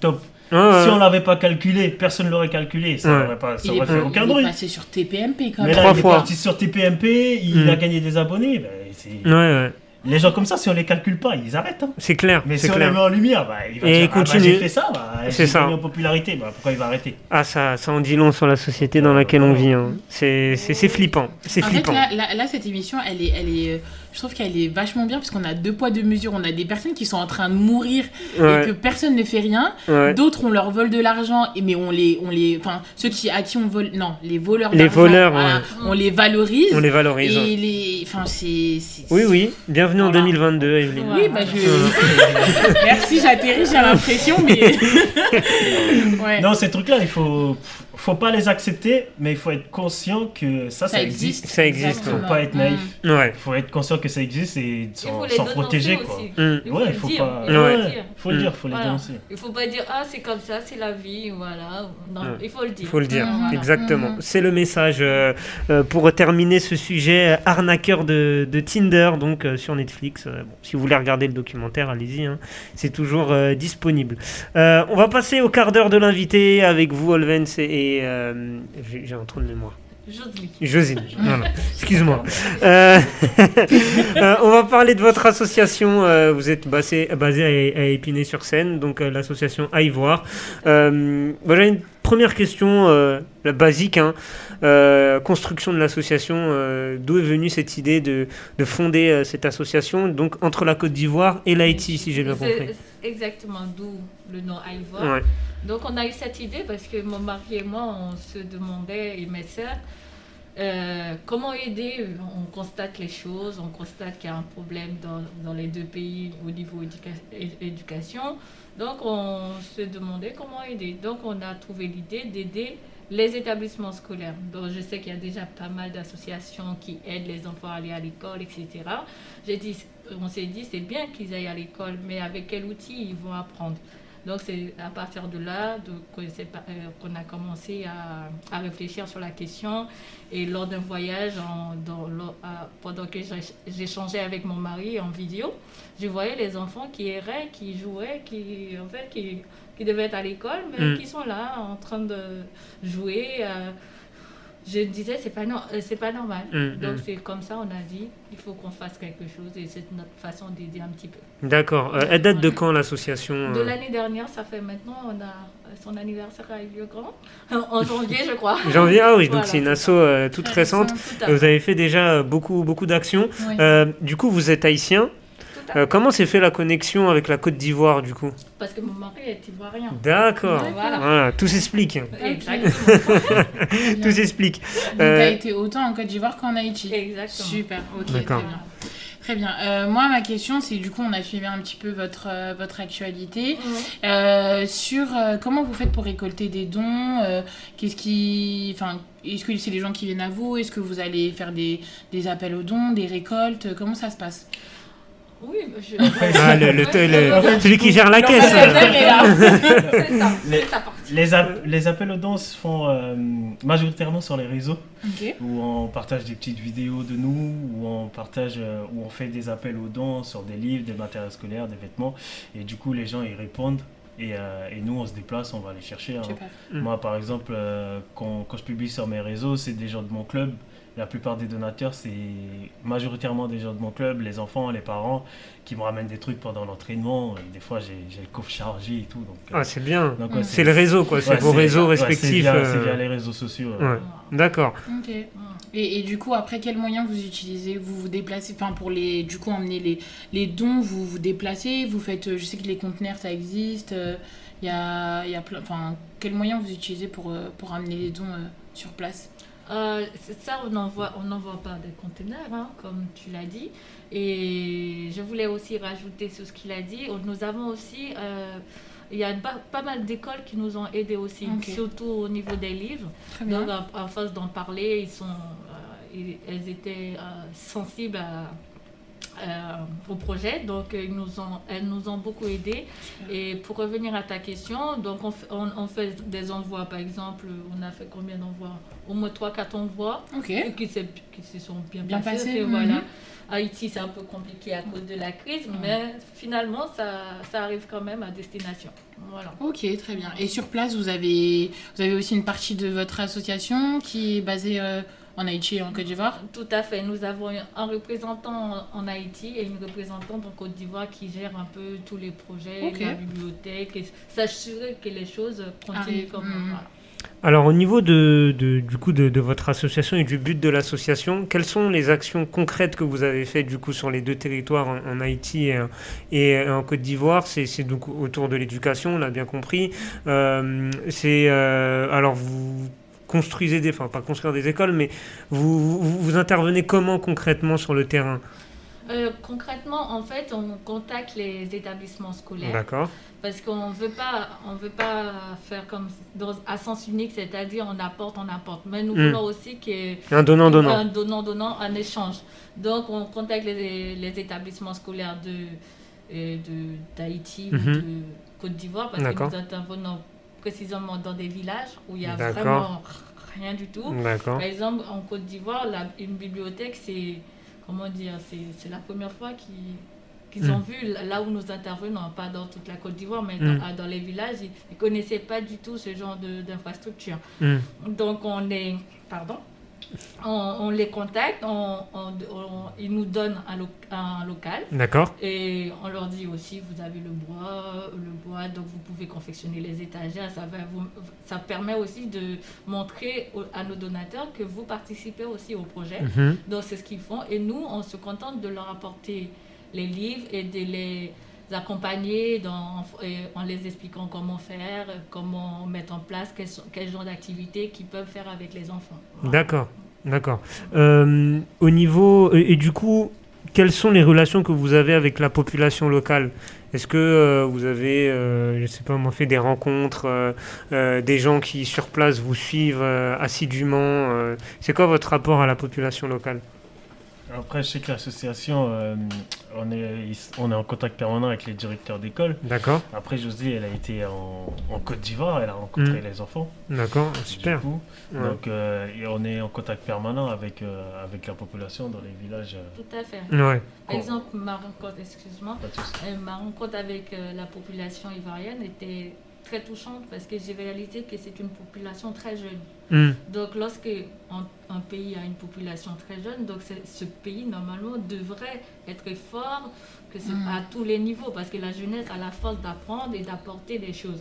Speaker 2: Ouais,
Speaker 4: si
Speaker 2: ouais.
Speaker 4: on l'avait pas calculé, personne l'aurait calculé. Ça
Speaker 2: Ouais.
Speaker 4: n'aurait pas, ça
Speaker 3: Il est,
Speaker 4: aurait fait aucun
Speaker 3: il est
Speaker 4: bruit.
Speaker 3: passé sur T P M P quand
Speaker 4: Mais
Speaker 3: même.
Speaker 4: là,
Speaker 2: Trois
Speaker 4: il
Speaker 2: fois.
Speaker 4: est parti sur T P M P, il
Speaker 2: Mm.
Speaker 4: a gagné des abonnés. Ben, c'est...
Speaker 2: Ouais, ouais.
Speaker 4: Les gens comme ça, si on les calcule pas, ils arrêtent. Hein.
Speaker 2: C'est clair.
Speaker 4: Mais
Speaker 2: c'est
Speaker 4: si on
Speaker 2: clair.
Speaker 4: les met en lumière, bah, il va
Speaker 2: Et
Speaker 4: dire
Speaker 2: il
Speaker 4: ah, bah,
Speaker 2: continue.
Speaker 4: j'ai fait ça, bah,
Speaker 2: C'est
Speaker 4: j'ai
Speaker 2: ça.
Speaker 4: gagné en popularité. Bah, pourquoi il va arrêter?
Speaker 2: Ah, ça, ça en dit long sur la société dans laquelle on vit. Hein. C'est, c'est, c'est flippant. C'est
Speaker 3: En
Speaker 2: flippant.
Speaker 3: fait, là, là, là, cette émission, elle est, elle est, euh, je trouve qu'elle est vachement bien parce qu'on a deux poids, deux mesures. On a des personnes qui sont en train de mourir
Speaker 2: Ouais.
Speaker 3: et que personne ne fait rien.
Speaker 2: Ouais.
Speaker 3: D'autres, on leur vole de l'argent, et- mais on les, on les, enfin, ceux qui, à qui on vole, non, les voleurs
Speaker 2: Les
Speaker 3: d'argent,
Speaker 2: voleurs,
Speaker 3: voilà,
Speaker 2: ouais.
Speaker 3: on les valorise.
Speaker 2: On les valorise.
Speaker 3: Et les, enfin, c'est, c'est-
Speaker 2: Oui, oui. Bienvenue en
Speaker 3: Voilà.
Speaker 2: deux mille vingt-deux, Evelyne.
Speaker 3: Oui, bah je. Merci, j'atterris, j'ai l'impression, mais. ouais.
Speaker 4: Non, ces trucs-là, il faut, faut pas les accepter, mais il faut être conscient que ça, ça,
Speaker 3: ça
Speaker 4: existe.
Speaker 3: existe.
Speaker 2: Ça existe,
Speaker 4: Il
Speaker 3: exactement.
Speaker 4: faut pas être naïf.
Speaker 3: Mm.
Speaker 2: Ouais.
Speaker 4: Il faut être conscient que ça existe et
Speaker 5: Il
Speaker 4: s'en,
Speaker 5: faut les
Speaker 4: s'en
Speaker 5: dénoncer
Speaker 4: protéger, quoi.
Speaker 5: aussi.
Speaker 2: Mm.
Speaker 5: Il
Speaker 4: Ouais,
Speaker 5: faut
Speaker 4: il
Speaker 5: le
Speaker 4: faut
Speaker 5: dire.
Speaker 4: pas.
Speaker 5: Il faut
Speaker 2: Ouais.
Speaker 5: le dire.
Speaker 4: Faut le
Speaker 2: Mm.
Speaker 4: dire, faut les
Speaker 5: Voilà.
Speaker 4: dénoncer.
Speaker 5: Il faut pas dire ah c'est comme ça, c'est la vie, voilà. Non,
Speaker 2: Ouais.
Speaker 5: il faut le dire.
Speaker 2: Il faut le dire,
Speaker 3: Mmh, voilà.
Speaker 2: exactement.
Speaker 3: Mmh.
Speaker 2: C'est le message euh, euh, pour terminer ce sujet euh, arnaqueur de, de Tinder, donc euh, sur Netflix. Euh, bon, si vous voulez regarder le documentaire, allez-y, hein, c'est toujours euh, disponible. Euh, on va passer au quart d'heure de l'invité avec vous, Olvens, et, et, euh, j'ai, j'ai un trou de mémoire.
Speaker 5: Josely.
Speaker 2: Josine, voilà. Excuse-moi. Euh, euh, on va parler de votre association. euh, vous êtes basé, basé à, à Épinay-sur-Seine, donc euh, l'association Ivoire. Euh, bah, j'ai une première question, euh, la basique. Hein. Euh, construction de l'association. Euh, d'où est venue cette idée de, de fonder euh, cette association, donc entre la Côte d'Ivoire et l'Haïti, si j'ai bien
Speaker 5: C'est-
Speaker 2: compris.
Speaker 5: c'est exactement d'où le nom Ivoire.
Speaker 2: Ouais.
Speaker 5: Donc on a eu cette idée parce que mon mari et moi, on se demandait, et mes sœurs, euh, comment aider. On constate les choses, on constate qu'il y a un problème dans, dans les deux pays au niveau éduca- é- éducation. Donc on se demandait comment aider. Donc on a trouvé l'idée d'aider les établissements scolaires. Donc je sais qu'il y a déjà pas mal d'associations qui aident les enfants à aller à l'école, et cetera. J'ai dit, on s'est dit c'est bien qu'ils aillent à l'école, mais avec quel outil ils vont apprendre. Donc c'est à partir de là donc, que c'est pas- euh, qu'on a commencé à, à réfléchir sur la question. Et lors d'un voyage, en- dans, lors- à- pendant que j'éch- j'échangeais avec mon mari en vidéo, je voyais les enfants qui erraient, qui jouaient, qui, en fait, qui, qui devaient être à l'école, mais
Speaker 2: Mm.
Speaker 5: qui sont là en train de jouer. euh, je disais, c'est pas, no- euh, c'est pas normal.
Speaker 2: Mm,
Speaker 5: Donc
Speaker 2: mm.
Speaker 5: c'est comme ça, on a dit, il faut qu'on fasse quelque chose et c'est notre façon d'aider un petit peu.
Speaker 2: D'accord. Euh, elle date de quand l'association
Speaker 5: De
Speaker 2: euh
Speaker 5: l'année dernière, ça fait maintenant, on a son anniversaire à Vieux-Grand, en janvier, je crois.
Speaker 2: Janvier, ah oui, donc
Speaker 5: Voilà,
Speaker 2: c'est une
Speaker 5: c'est
Speaker 2: asso euh, toute
Speaker 3: Très
Speaker 2: récente.
Speaker 3: récente.
Speaker 5: Tout à
Speaker 2: Euh, Vous
Speaker 5: fait.
Speaker 2: avez fait déjà euh, beaucoup, beaucoup d'actions.
Speaker 3: Ouais.
Speaker 2: Euh, du coup, vous êtes haïtien.
Speaker 5: Tout à fait.
Speaker 2: Euh, comment s'est fait la connexion avec la Côte d'Ivoire, du coup?
Speaker 5: Parce que mon mari est ivoirien.
Speaker 2: D'accord.
Speaker 3: Ouais.
Speaker 5: Voilà.
Speaker 2: Voilà, tout s'explique.
Speaker 5: Exactement.
Speaker 2: Tout s'explique.
Speaker 3: Donc,
Speaker 2: Euh,
Speaker 3: t'as été autant en Côte d'Ivoire qu'en Haïti.
Speaker 5: Exactement.
Speaker 3: Super, ok,
Speaker 2: D'accord.
Speaker 3: très bien. Très bien. Euh, moi, ma question, c'est du coup, on a suivi un petit peu votre, euh, votre actualité.
Speaker 5: Mhm.
Speaker 3: Euh, sur euh, comment vous faites pour récolter des dons, euh, qu'est-ce qui, enfin, est-ce que c'est les gens qui viennent à vous, est-ce que vous allez faire des, des appels aux dons, des récoltes, comment ça se passe?
Speaker 5: Oui, je...
Speaker 2: Ah, le, le-
Speaker 5: Ouais,
Speaker 2: le-
Speaker 5: ouais, ouais.
Speaker 2: celui qui gère la caisse.
Speaker 3: L'ambassadeur est là.
Speaker 5: C'est ça,
Speaker 4: Les-
Speaker 5: c'est sa partie.
Speaker 4: Les, app- les appels aux dons se font euh, majoritairement sur les réseaux,
Speaker 3: Ok.
Speaker 4: où on partage des petites vidéos de nous, où on partage, euh, où on fait des appels aux dons sur des livres, des matériels scolaires, des vêtements, et du coup les gens y répondent. Et, euh, et nous on se déplace, on va les chercher. hein.
Speaker 3: Super.
Speaker 2: Mm.
Speaker 4: Moi par exemple, euh, quand, quand je publie sur mes réseaux, c'est des gens de mon club. La plupart des donateurs, c'est majoritairement des gens de mon club, les enfants, les parents, qui me ramènent des trucs pendant l'entraînement. Et des fois, j'ai j'ai le coffre chargé et tout. Donc, euh,
Speaker 2: Ah, c'est bien.
Speaker 4: donc, ouais,
Speaker 2: C'est le réseau, quoi. C'est
Speaker 4: ouais,
Speaker 2: vos
Speaker 4: c'est-
Speaker 2: réseaux
Speaker 4: ouais, c'est
Speaker 2: respectifs.
Speaker 4: via,
Speaker 2: euh,
Speaker 4: c'est via les réseaux sociaux. euh.
Speaker 2: Ouais. D'accord.
Speaker 3: Ok. Et, et du coup, après, quels moyens vous utilisez? Vous vous déplacez, enfin, pour les, du coup, emmener les, les dons, vous vous déplacez, vous faites, euh, je sais que les conteneurs, ça existe, il y a, y a plein, enfin, quels moyens vous utilisez pour, euh, pour amener les dons euh, sur place?
Speaker 5: Euh, c'est ça, on n'envoie on n'envoie pas des conteneurs, hein, comme tu l'as dit. Et je voulais aussi rajouter sur ce qu'il a dit. Nous avons aussi, euh, il y a pas, pas mal d'écoles qui nous ont aidés aussi,
Speaker 3: Ok.
Speaker 5: surtout au niveau des livres.
Speaker 3: Très bien.
Speaker 5: Donc, à, à force d'en parler, ils sont, euh, ils- elles étaient euh, sensibles à, euh, au projet. Donc, ils nous ont, elles nous ont beaucoup aidés. Et pour revenir à ta question, donc on, f- on, on fait des envois, par exemple, on a fait combien d'envois? Au moins trois quatre envois
Speaker 3: Ok.
Speaker 5: qui, s'est- qui se sont bien,
Speaker 3: Bien
Speaker 5: passés.
Speaker 3: passés,
Speaker 5: Et
Speaker 3: mhm.
Speaker 5: voilà. Haïti, c'est un peu compliqué à cause de la crise,
Speaker 3: Mhm.
Speaker 5: mais finalement, ça, ça arrive quand même à destination. Voilà.
Speaker 3: Ok, très bien. Et sur place, vous avez, vous avez aussi une partie de votre association qui est basée euh, en Haïti et en Côte d'Ivoire?
Speaker 5: Tout à fait. Nous avons un représentant en Haïti et une représentante en Côte d'Ivoire qui gère un peu tous les projets,
Speaker 3: Ok.
Speaker 5: la bibliothèque, et s'assurer que les choses continuent
Speaker 3: Arrive,
Speaker 5: comme
Speaker 3: mhm.
Speaker 5: voilà.
Speaker 2: Alors au niveau de, de- du coup de, de votre association et du but de l'association, quelles sont les actions concrètes que vous avez faites du coup sur les deux territoires en, en Haïti et, et en Côte d'Ivoire? C'est, c'est donc autour de l'éducation, on l'a bien compris. Euh, c'est euh, alors vous construisez des, enfin pas construire des écoles, mais vous, vous, vous intervenez comment concrètement sur le terrain?
Speaker 5: Euh, concrètement, en fait, on contacte les établissements scolaires
Speaker 2: D'accord.
Speaker 5: parce qu'on veut pas, on veut pas faire comme dans, à sens unique, c'est-à-dire on apporte, on apporte. Mais nous
Speaker 2: Mm.
Speaker 5: voulons aussi qu'il
Speaker 2: Un donnant donnant.
Speaker 5: un donnant-donnant, un échange. Donc, on contacte les, les établissements scolaires de, euh, de, d'Haïti ou
Speaker 2: Mhm.
Speaker 5: de Côte d'Ivoire parce que
Speaker 2: D'accord.
Speaker 5: nous intervenons précisément dans des villages où il n'y a
Speaker 2: D'accord.
Speaker 5: vraiment rien du tout.
Speaker 2: D'accord.
Speaker 5: Par exemple, en Côte d'Ivoire, la- une bibliothèque, c'est, comment dire, c'est, c'est la première fois qu'ils, qu'ils ont
Speaker 2: Mm.
Speaker 5: vu là où nous intervenons, pas dans toute la Côte d'Ivoire, mais
Speaker 2: Mm.
Speaker 5: dans, dans les villages, ils ne connaissaient pas du tout ce genre de, d'infrastructure.
Speaker 2: Mm.
Speaker 5: Donc, on les, pardon, on, on les contacte, on, on- on- ils nous donnent un, lo- un local.
Speaker 2: D'accord.
Speaker 5: Et on leur dit aussi, vous avez le bois, le bois, donc vous pouvez confectionner les étagères. Ça, va vous, ça permet aussi de montrer au- à nos donateurs que vous participez aussi au projet.
Speaker 2: Mhm.
Speaker 5: Donc c'est ce qu'ils font. Et nous, on se contente de leur apporter les livres et de les accompagner dans, et en les expliquant comment faire, comment mettre en place, quel, sont- quel genre d'activités qu'ils peuvent faire avec les enfants. Voilà.
Speaker 2: D'accord, d'accord. Euh, au niveau et, et du coup, quelles sont les relations que vous avez avec la population locale? Est-ce que euh, vous avez, euh, je sais pas moi, fait des rencontres, euh, euh, des gens qui sur place vous suivent euh, assidûment euh, c'est quoi votre rapport à la population locale?
Speaker 4: Après, je sais que l'association, euh, on, est, on est en contact permanent avec les directeurs d'école.
Speaker 2: D'accord,
Speaker 4: Après, Josée, elle a été en, en Côte d'Ivoire, elle a rencontré
Speaker 2: Mm.
Speaker 4: les enfants.
Speaker 2: d'accord,
Speaker 4: Du
Speaker 2: super.
Speaker 4: coup.
Speaker 2: Ouais.
Speaker 4: Donc, euh, et on est en contact permanent avec, euh, avec la population dans les villages. euh,
Speaker 5: Tout à fait.
Speaker 2: Ouais,
Speaker 5: Par exemple, ma rencontre, excuse-moi,
Speaker 4: pas de souci.
Speaker 5: Euh, ma rencontre avec euh, la population ivoirienne était très touchante parce que j'ai réalisé que c'est une population très jeune.
Speaker 2: Hmm.
Speaker 5: Donc, lorsque un, un pays a une population très jeune, donc c'est- ce pays, normalement, devrait être fort que c'est
Speaker 3: Mm.
Speaker 5: à tous les niveaux parce que la jeunesse a la force d'apprendre et d'apporter des choses.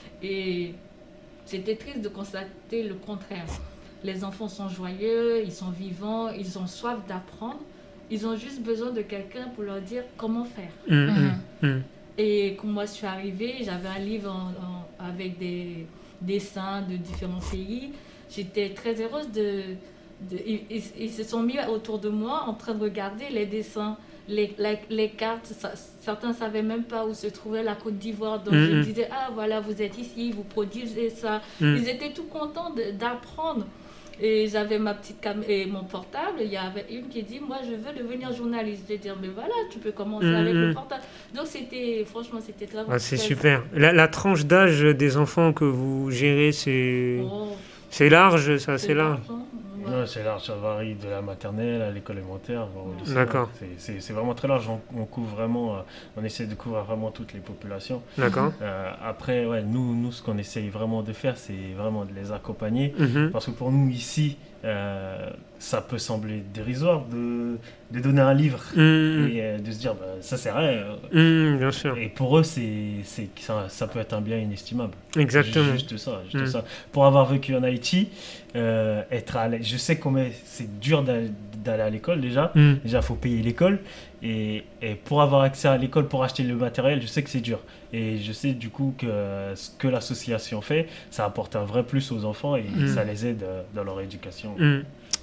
Speaker 5: Et c'était triste de constater le contraire. Les enfants sont joyeux, ils sont vivants, ils ont soif d'apprendre. Ils ont juste besoin de quelqu'un pour leur dire comment faire.
Speaker 2: Hmm,
Speaker 3: Mhm.
Speaker 2: hmm, hmm.
Speaker 5: Et quand moi je suis arrivée, j'avais un livre en- en- avec des dessins de différents pays. J'étais très heureuse de... de ils, ils- ils se sont mis autour de moi en train de regarder les dessins, les, la- les cartes. Ça- certains ne savaient même pas où se trouvait la Côte d'Ivoire. Donc je
Speaker 2: Mhm.
Speaker 5: disais, ah voilà, vous êtes ici, vous produisez ça.
Speaker 2: Hmm.
Speaker 5: Ils étaient tout contents de- d'apprendre. Et j'avais ma petite cam et mon portable. Il y avait une qui dit, moi, je veux devenir journaliste. Je vais dire, mais voilà, tu peux commencer
Speaker 2: Mhm.
Speaker 5: avec le portable. Donc, c'était, franchement, c'était très
Speaker 2: Ah, c'est
Speaker 5: très-
Speaker 2: super. La, la tranche d'âge des enfants que vous gérez, c'est
Speaker 5: Oh,
Speaker 2: c'est large, ça, c'est large.
Speaker 5: large, hein. Ouais.
Speaker 4: Ouais, c'est large, ça varie de la maternelle à l'école élémentaire, voire au lycée.
Speaker 2: D'accord.
Speaker 4: C'est- C'est c'est vraiment très large, on, on couvre vraiment, euh, on essaie de couvrir vraiment toutes les populations.
Speaker 2: D'accord.
Speaker 4: Euh, après, ouais, nous, nous, ce qu'on essaye vraiment de faire, c'est vraiment de les accompagner.
Speaker 2: Mhm.
Speaker 4: Parce que pour nous, ici, euh, ça peut sembler dérisoire de, de donner un livre
Speaker 2: Hmm,
Speaker 4: et euh, de se dire, bah, ça sert à rien.
Speaker 2: hmm, bien sûr.
Speaker 4: Et pour eux, c'est, c'est, ça, ça peut être un bien inestimable.
Speaker 2: Exactement.
Speaker 4: Juste ça, juste
Speaker 2: Mm.
Speaker 4: ça. Pour avoir vécu en Haïti, euh, être à l'aise- je sais combien c'est dur d'aller, d'aller à l'école déjà.
Speaker 2: Hmm.
Speaker 4: Déjà, il faut payer l'école. Et, et pour avoir accès à l'école, pour acheter le matériel, je sais que c'est dur. Et je sais du coup que ce que l'association fait, ça apporte un vrai plus aux enfants et
Speaker 2: Mm.
Speaker 4: ça les aide euh, dans leur éducation.
Speaker 2: Hmm.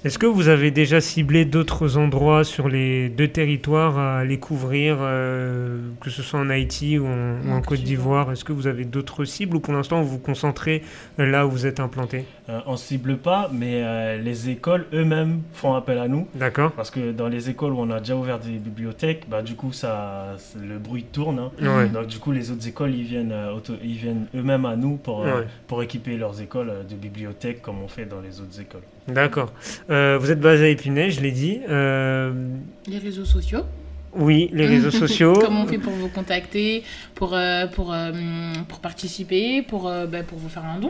Speaker 2: Est-ce que vous avez déjà ciblé d'autres endroits sur les deux territoires à aller couvrir, euh, que ce soit en Haïti ou en, ou en Côte d'Ivoire? Est-ce que vous avez d'autres cibles ou pour l'instant vous vous concentrez là où vous êtes implanté?
Speaker 4: euh, On ne cible pas, mais euh, les écoles eux-mêmes font appel à nous.
Speaker 2: D'accord.
Speaker 4: Parce que dans les écoles où on a déjà ouvert des bibliothèques, bah, du coup ça, le bruit tourne. Hein.
Speaker 2: Ouais.
Speaker 4: Donc du coup les autres écoles ils viennent, euh, auto, ils viennent eux-mêmes à nous pour, euh,
Speaker 2: Ouais.
Speaker 4: pour équiper leurs écoles de bibliothèques comme on fait dans les autres écoles.
Speaker 2: D'accord. Euh, vous êtes basé à Épinay, je l'ai dit. Euh,
Speaker 3: Les réseaux sociaux.
Speaker 2: oui, les réseaux sociaux.
Speaker 3: Comment on fait pour vous contacter, pour, euh, pour, euh, pour participer, pour, euh, bah, pour vous faire un don?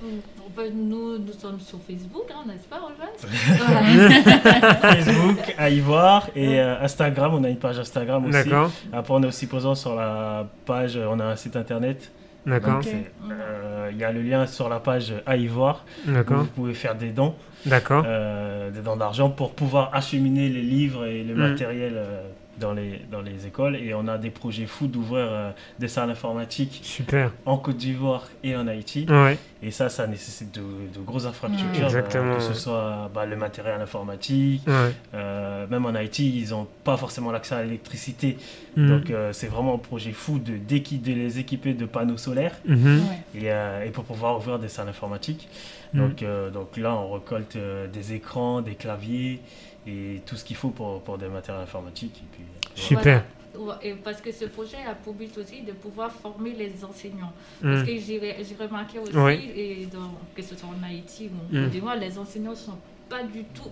Speaker 5: En fait, nous, nous sommes sur Facebook, hein, n'est-ce pas, Roland?
Speaker 4: Facebook, à Ivoire et euh, Instagram, on a une page Instagram aussi.
Speaker 2: D'accord.
Speaker 4: Après on est aussi présent sur la page, on a un site internet.
Speaker 2: D'accord.
Speaker 4: Donc, c'est, euh, il y a le lien sur la page à Ivoire.
Speaker 2: D'accord.
Speaker 4: Vous pouvez faire des dons,
Speaker 2: D'accord.
Speaker 4: euh, des dons d'argent pour pouvoir acheminer les livres et le
Speaker 2: Mm.
Speaker 4: matériel euh, dans, les, dans les écoles. Et on a des projets fous d'ouvrir euh, des salles informatiques
Speaker 2: Super.
Speaker 4: en Côte d'Ivoire et en Haïti.
Speaker 2: Ouais.
Speaker 4: Et ça, ça nécessite de, de grosses infrastructures.
Speaker 3: Mm.
Speaker 2: Exactement,
Speaker 4: euh, que ce
Speaker 2: ouais.
Speaker 4: soit bah, le matériel informatique.
Speaker 2: Ouais.
Speaker 4: Euh, même en Haïti, ils n'ont pas forcément l'accès à l'électricité.
Speaker 2: Mhm.
Speaker 4: Donc euh, c'est vraiment un projet fou de, d'équi- de les équiper de panneaux solaires.
Speaker 2: Mhm.
Speaker 3: Ouais.
Speaker 4: Et, euh, et pour pouvoir ouvrir des salles informatiques.
Speaker 2: Mm.
Speaker 4: Donc, euh, donc là, on récolte euh, des écrans, des claviers et tout ce qu'il faut pour, pour des matériels informatiques. Et puis, euh,
Speaker 2: Super.
Speaker 5: Voilà. Et parce que ce projet a pour but aussi de pouvoir former les enseignants. Parce
Speaker 2: Mhm.
Speaker 5: que j'ai j'ai remarqué aussi,
Speaker 2: Oui.
Speaker 5: et dans, que ce soit en Haïti ou
Speaker 2: Mm.
Speaker 5: en Côte d'Ivoire, les enseignants ne sont pas du tout,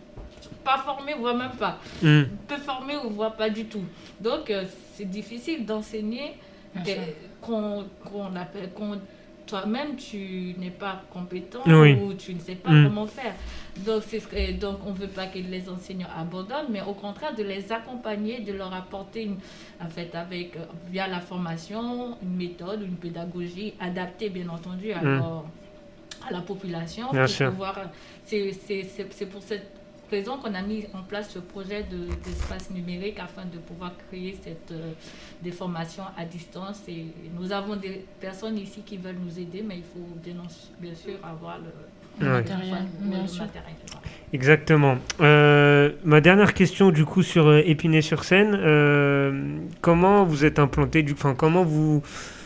Speaker 5: pas formés, voire même pas.
Speaker 2: Mhm.
Speaker 5: Peu formés ou voire pas du tout. Donc euh, c'est difficile d'enseigner
Speaker 3: Bien
Speaker 5: des-
Speaker 3: sûr.
Speaker 5: qu'on qu'on appelle, qu'on toi-même tu n'es pas compétent
Speaker 2: Oui.
Speaker 5: ou tu ne sais pas
Speaker 2: Mm.
Speaker 5: comment faire. Donc, c'est ce que- donc on ne veut pas que les enseignants abandonnent, mais au contraire de les accompagner, de leur apporter une, en fait, avec, euh, via la formation, une méthode, une pédagogie adaptée bien entendu à,
Speaker 2: Mm.
Speaker 5: leur- à la population.
Speaker 2: Bien
Speaker 5: pour
Speaker 2: sûr.
Speaker 5: pouvoir, c'est, c'est, c'est, c'est pour cette raison qu'on a mis en place ce projet de, d'espace numérique afin de pouvoir créer cette, euh, des formations à distance. Et nous avons des personnes ici qui veulent nous aider, mais il faut bien, bien sûr avoir le,
Speaker 3: Le
Speaker 2: Ouais.
Speaker 3: matériel,
Speaker 5: le-
Speaker 3: bien
Speaker 5: le
Speaker 3: sûr.
Speaker 5: matériel, voilà.
Speaker 2: Exactement. Euh, ma dernière question du coup sur euh, Épinay-sur-Seine, euh, comment vous êtes implanté du, enfin comment vous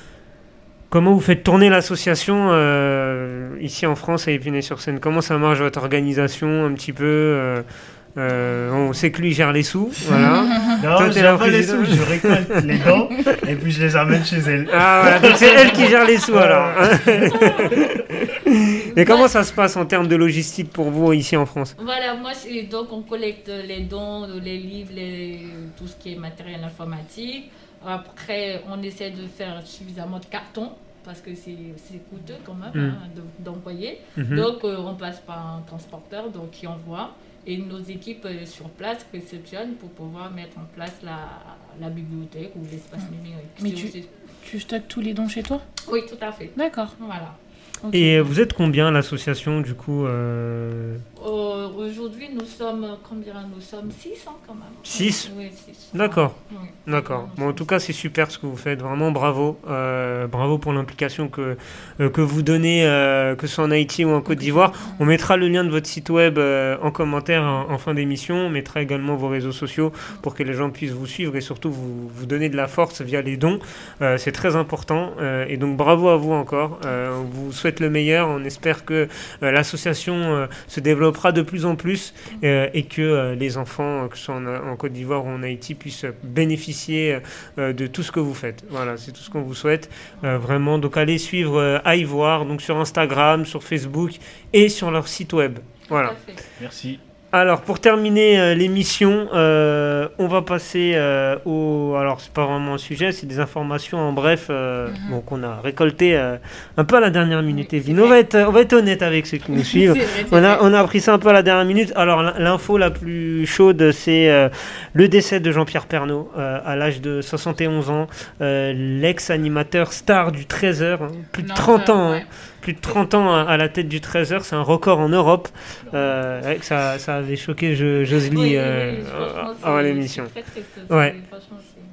Speaker 2: comment vous faites tourner l'association euh, ici en France à Épinay-sur-Seine? Comment ça marche votre organisation un petit peu euh, euh, on sait que lui gère les sous, voilà.
Speaker 4: Non,
Speaker 2: Toi,
Speaker 4: je
Speaker 2: t'es la
Speaker 4: gère pas les
Speaker 2: présidente.
Speaker 4: sous, je récolte les dons et puis je les amène chez elle.
Speaker 2: Ah voilà, donc c'est elle qui gère les sous alors. Mais comment ça se passe en termes de logistique pour vous ici en France?
Speaker 5: Voilà, moi, c'est- donc on collecte les dons, les livres, les, tout ce qui est matériel informatique. Après, on essaie de faire suffisamment de cartons parce que c'est c'est coûteux quand même
Speaker 2: Mm.
Speaker 5: hein, de- d'envoyer.
Speaker 2: Mhm.
Speaker 5: Donc, euh, on passe par un transporteur donc, qui envoie. Et nos équipes euh, sur place réceptionnent pour pouvoir mettre en place la, la bibliothèque ou l'espace numérique.
Speaker 3: Mais
Speaker 5: C'est
Speaker 3: tu-
Speaker 5: aussi-
Speaker 3: Tu stockes tous les dons chez toi?
Speaker 5: Oui, tout à fait.
Speaker 3: D'accord.
Speaker 5: Voilà.
Speaker 3: Ok.
Speaker 2: Et euh, vous êtes combien l'association du coup euh,
Speaker 5: Euh, Aujourd'hui, nous sommes combien? Nous sommes six hein, quand même.
Speaker 2: Six?
Speaker 5: Oui, six.
Speaker 2: D'accord.
Speaker 5: Oui.
Speaker 2: D'accord.
Speaker 5: Nous
Speaker 2: Bon, en
Speaker 5: sommes
Speaker 2: tout cas, c'est super ce que vous faites. Vraiment, bravo. Euh, bravo pour l'implication que, euh, que vous donnez, euh, que ce soit en Haïti ou en Côte d'Ivoire. On mettra le lien de votre site web euh, en commentaire en, en fin d'émission. On mettra également vos réseaux sociaux pour que les gens puissent vous suivre et surtout vous, vous donner de la force via les dons. Euh, c'est très important. Euh, et donc, bravo à vous encore. Euh, on vous souhaite le meilleur. On espère que euh, l'association euh, se développera de plus en plus euh, et que euh, les enfants, que ce soit en, en Côte d'Ivoire ou en Haïti, puissent bénéficier euh, de tout ce que vous faites. Voilà, c'est tout ce qu'on vous souhaite. Euh, vraiment, donc allez suivre euh, à Ivoire, donc sur Instagram, sur Facebook et sur leur site web. Voilà.
Speaker 5: Tout à fait.
Speaker 4: Merci.
Speaker 2: Alors, pour terminer euh, l'émission, euh, on va passer euh, au... Alors, c'est pas vraiment un sujet, c'est des informations en bref euh,
Speaker 3: Mhm.
Speaker 2: bon, qu'on a récoltées euh, un peu à la dernière minute.
Speaker 5: Oui,
Speaker 2: Evelyne,
Speaker 5: c'est
Speaker 2: on va,
Speaker 5: vrai.
Speaker 2: être, on va être honnête avec ceux qui nous suivent.
Speaker 3: C'est vrai, c'est
Speaker 2: On a,
Speaker 3: vrai.
Speaker 2: on a appris ça un peu à la dernière minute. Alors, l'in- l'info la plus chaude, c'est euh, le décès de Jean-Pierre Pernaut euh, à l'âge de soixante et onze ans. Euh, l'ex-animateur star du treize heures, hein, plus de
Speaker 3: Non,
Speaker 2: trente
Speaker 3: ça,
Speaker 2: ans.
Speaker 3: ouais.
Speaker 2: hein. Plus de trente ans à, à la tête du treize heures, c'est un record en Europe. Euh, ouais, ça, ça avait choqué Jo- Josely
Speaker 5: Oui, oui,
Speaker 2: euh,
Speaker 5: oui, franchement,
Speaker 2: avant
Speaker 5: c'est-
Speaker 2: l'émission.
Speaker 5: c'est très triste.
Speaker 2: Ouais.
Speaker 5: C'est- Franchement, c'est-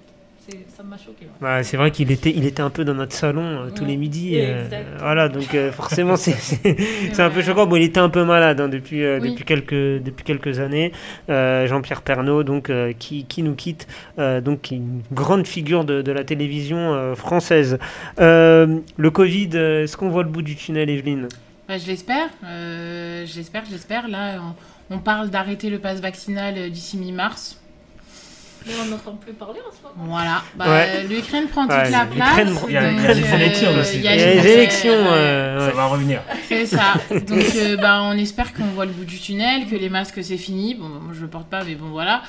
Speaker 5: ça m'a choqué. Ouais.
Speaker 2: Bah, c'est vrai qu'il était, il était un peu dans notre salon euh, tous
Speaker 5: Ouais.
Speaker 2: les midis. Euh,
Speaker 5: Exactement.
Speaker 2: voilà, donc euh, forcément, c'est, c'est, c'est un peu choquant. Bon, il était un peu malade hein, depuis, euh,
Speaker 3: Oui.
Speaker 2: depuis, quelques, depuis quelques années. Euh, Jean-Pierre Pernaut, donc, euh, qui, qui nous quitte, euh, donc une grande figure de, de la télévision euh, française. Euh, le Covid, euh, est-ce qu'on voit le bout du tunnel, Evelyne ?
Speaker 3: Bah, je l'espère, euh, je l'espère, je l'espère. Là, on, on parle d'arrêter le pass vaccinal euh, d'ici mi-mars.
Speaker 5: Mais on n'entend plus parler en ce moment.
Speaker 3: Voilà. Bah,
Speaker 2: Ouais.
Speaker 3: L'Ukraine prend
Speaker 2: Ouais,
Speaker 3: toute la
Speaker 2: l'Ukraine,
Speaker 3: place.
Speaker 4: il y a- il y a
Speaker 3: donc,
Speaker 4: les
Speaker 3: euh,
Speaker 4: élections aussi.
Speaker 3: il
Speaker 2: Il y a
Speaker 3: les-
Speaker 2: les élections.
Speaker 3: ouais,
Speaker 2: euh,
Speaker 4: Ça
Speaker 2: ouais.
Speaker 4: va revenir.
Speaker 3: C'est ça. Donc, euh, bah, on espère qu'on voit le bout du tunnel, que les masques c'est fini. Bon, moi je le porte pas, mais bon voilà.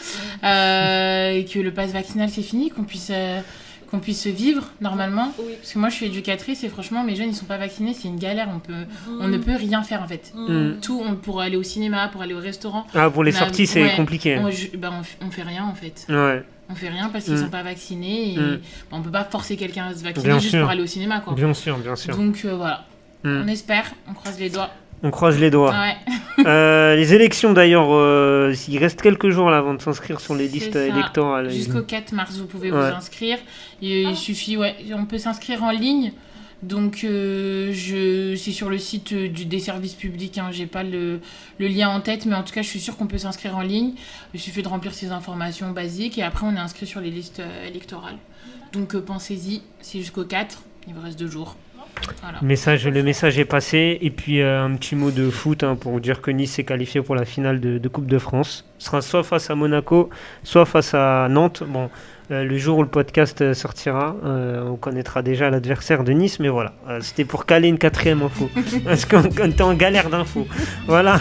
Speaker 3: Euh, et que le pass vaccinal c'est fini, qu'on puisse, euh, qu'on puisse vivre normalement.
Speaker 5: Oui.
Speaker 3: Parce que moi je suis éducatrice et franchement mes jeunes ils sont pas vaccinés, c'est une galère. On peut, on
Speaker 5: Mm.
Speaker 3: ne peut rien faire en fait.
Speaker 2: Mm.
Speaker 3: Tout, on pour aller au cinéma, pour aller au restaurant.
Speaker 2: Ah, pour les
Speaker 3: On a-
Speaker 2: sorties, c'est
Speaker 3: ouais.
Speaker 2: compliqué.
Speaker 3: On, je- bah, on, f- on fait rien en fait.
Speaker 2: Ouais,
Speaker 3: On fait rien parce qu'ils
Speaker 2: Mm.
Speaker 3: sont pas vaccinés et
Speaker 2: Mm.
Speaker 3: bah, on peut pas forcer quelqu'un à se vacciner
Speaker 2: Bien
Speaker 3: juste
Speaker 2: sûr.
Speaker 3: pour aller au cinéma quoi.
Speaker 2: bien sûr, bien sûr.
Speaker 3: Donc euh, voilà.
Speaker 2: Mm.
Speaker 3: On espère, on croise les doigts.
Speaker 2: On croise les doigts.
Speaker 3: Ouais.
Speaker 2: Euh, les élections d'ailleurs, euh, il reste quelques jours là avant de s'inscrire sur les
Speaker 3: C'est
Speaker 2: listes
Speaker 3: ça.
Speaker 2: électorales.
Speaker 3: Jusqu'au quatre mars, vous pouvez
Speaker 2: Ouais.
Speaker 3: vous inscrire. Il, il suffit, ouais, on peut s'inscrire en ligne. Donc, euh, je, c'est sur le site euh, du, des services publics. Hein, j'ai pas le, le lien en tête, mais en tout cas, je suis sûre qu'on peut s'inscrire en ligne. Il suffit de remplir ces informations basiques et après, on est inscrit sur les listes euh, électorales. Donc, euh, pensez-y, c'est jusqu'au quatre. Il vous reste deux jours. Voilà.
Speaker 2: Message, le message est passé. Et puis euh, un petit mot de foot hein, pour dire que Nice s'est qualifié pour la finale de, de Coupe de France. Ce sera soit face à Monaco, soit face à Nantes. Bon, euh, le jour où le podcast euh, sortira, euh, on connaîtra déjà l'adversaire de Nice. Mais voilà, euh, c'était pour caler une quatrième info. Parce qu'on on était en galère d'infos. Voilà.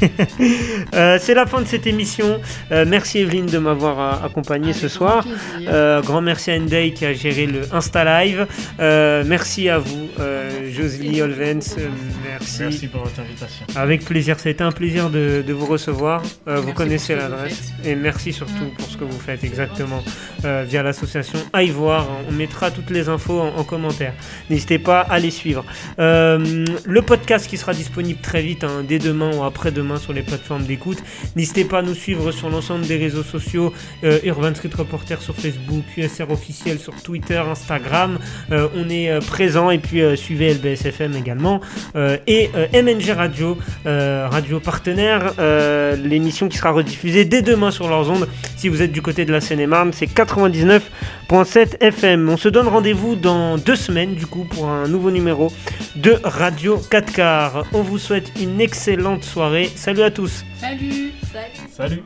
Speaker 2: Euh, c'est la fin de cette émission. Euh, merci Evelyne de m'avoir euh, accompagné
Speaker 3: Avec
Speaker 2: ce
Speaker 3: grand
Speaker 2: soir.
Speaker 3: plaisir.
Speaker 2: Euh, grand merci à Ndei qui a géré le Insta Live. Euh, merci à vous, euh, Josélie Olvens. Euh, merci.
Speaker 4: Merci pour votre invitation.
Speaker 2: Avec plaisir. Ça a été un plaisir de, de vous recevoir. Euh, vous
Speaker 3: Merci
Speaker 2: connaissez
Speaker 3: pour ce que vous
Speaker 2: l'adresse. Et merci surtout
Speaker 3: Mm.
Speaker 2: pour ce que vous faites exactement euh, via l'association Aille voir. On mettra toutes les infos en, en commentaire. N'hésitez pas à les suivre. Euh, le podcast qui sera disponible très vite, hein, dès demain ou après-demain sur les plateformes d'écoute. N'hésitez pas à nous suivre sur l'ensemble des réseaux sociaux. Euh, Urban Street Reporter sur Facebook, U S R officiel sur Twitter, Instagram. Euh, on est euh, présent et puis euh, suivez L B S F M également. Euh, et euh, M N G Radio, euh, radio partenaire, euh, l'émission qui sera rediffusée dès demain sur leurs ondes. Si vous êtes du côté de la Seine-et-Marne, c'est quatre-vingt-dix-neuf virgule sept F M. On se donne rendez-vous dans deux semaines du coup pour un nouveau numéro de Radio quatre quarts. On vous souhaite une excellente soirée. Salut à tous.
Speaker 3: Salut.
Speaker 5: Salut.
Speaker 4: Salut.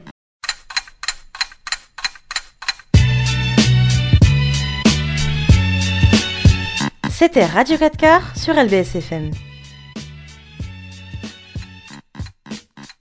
Speaker 1: C'était Radio quatre quarts sur L B S F M.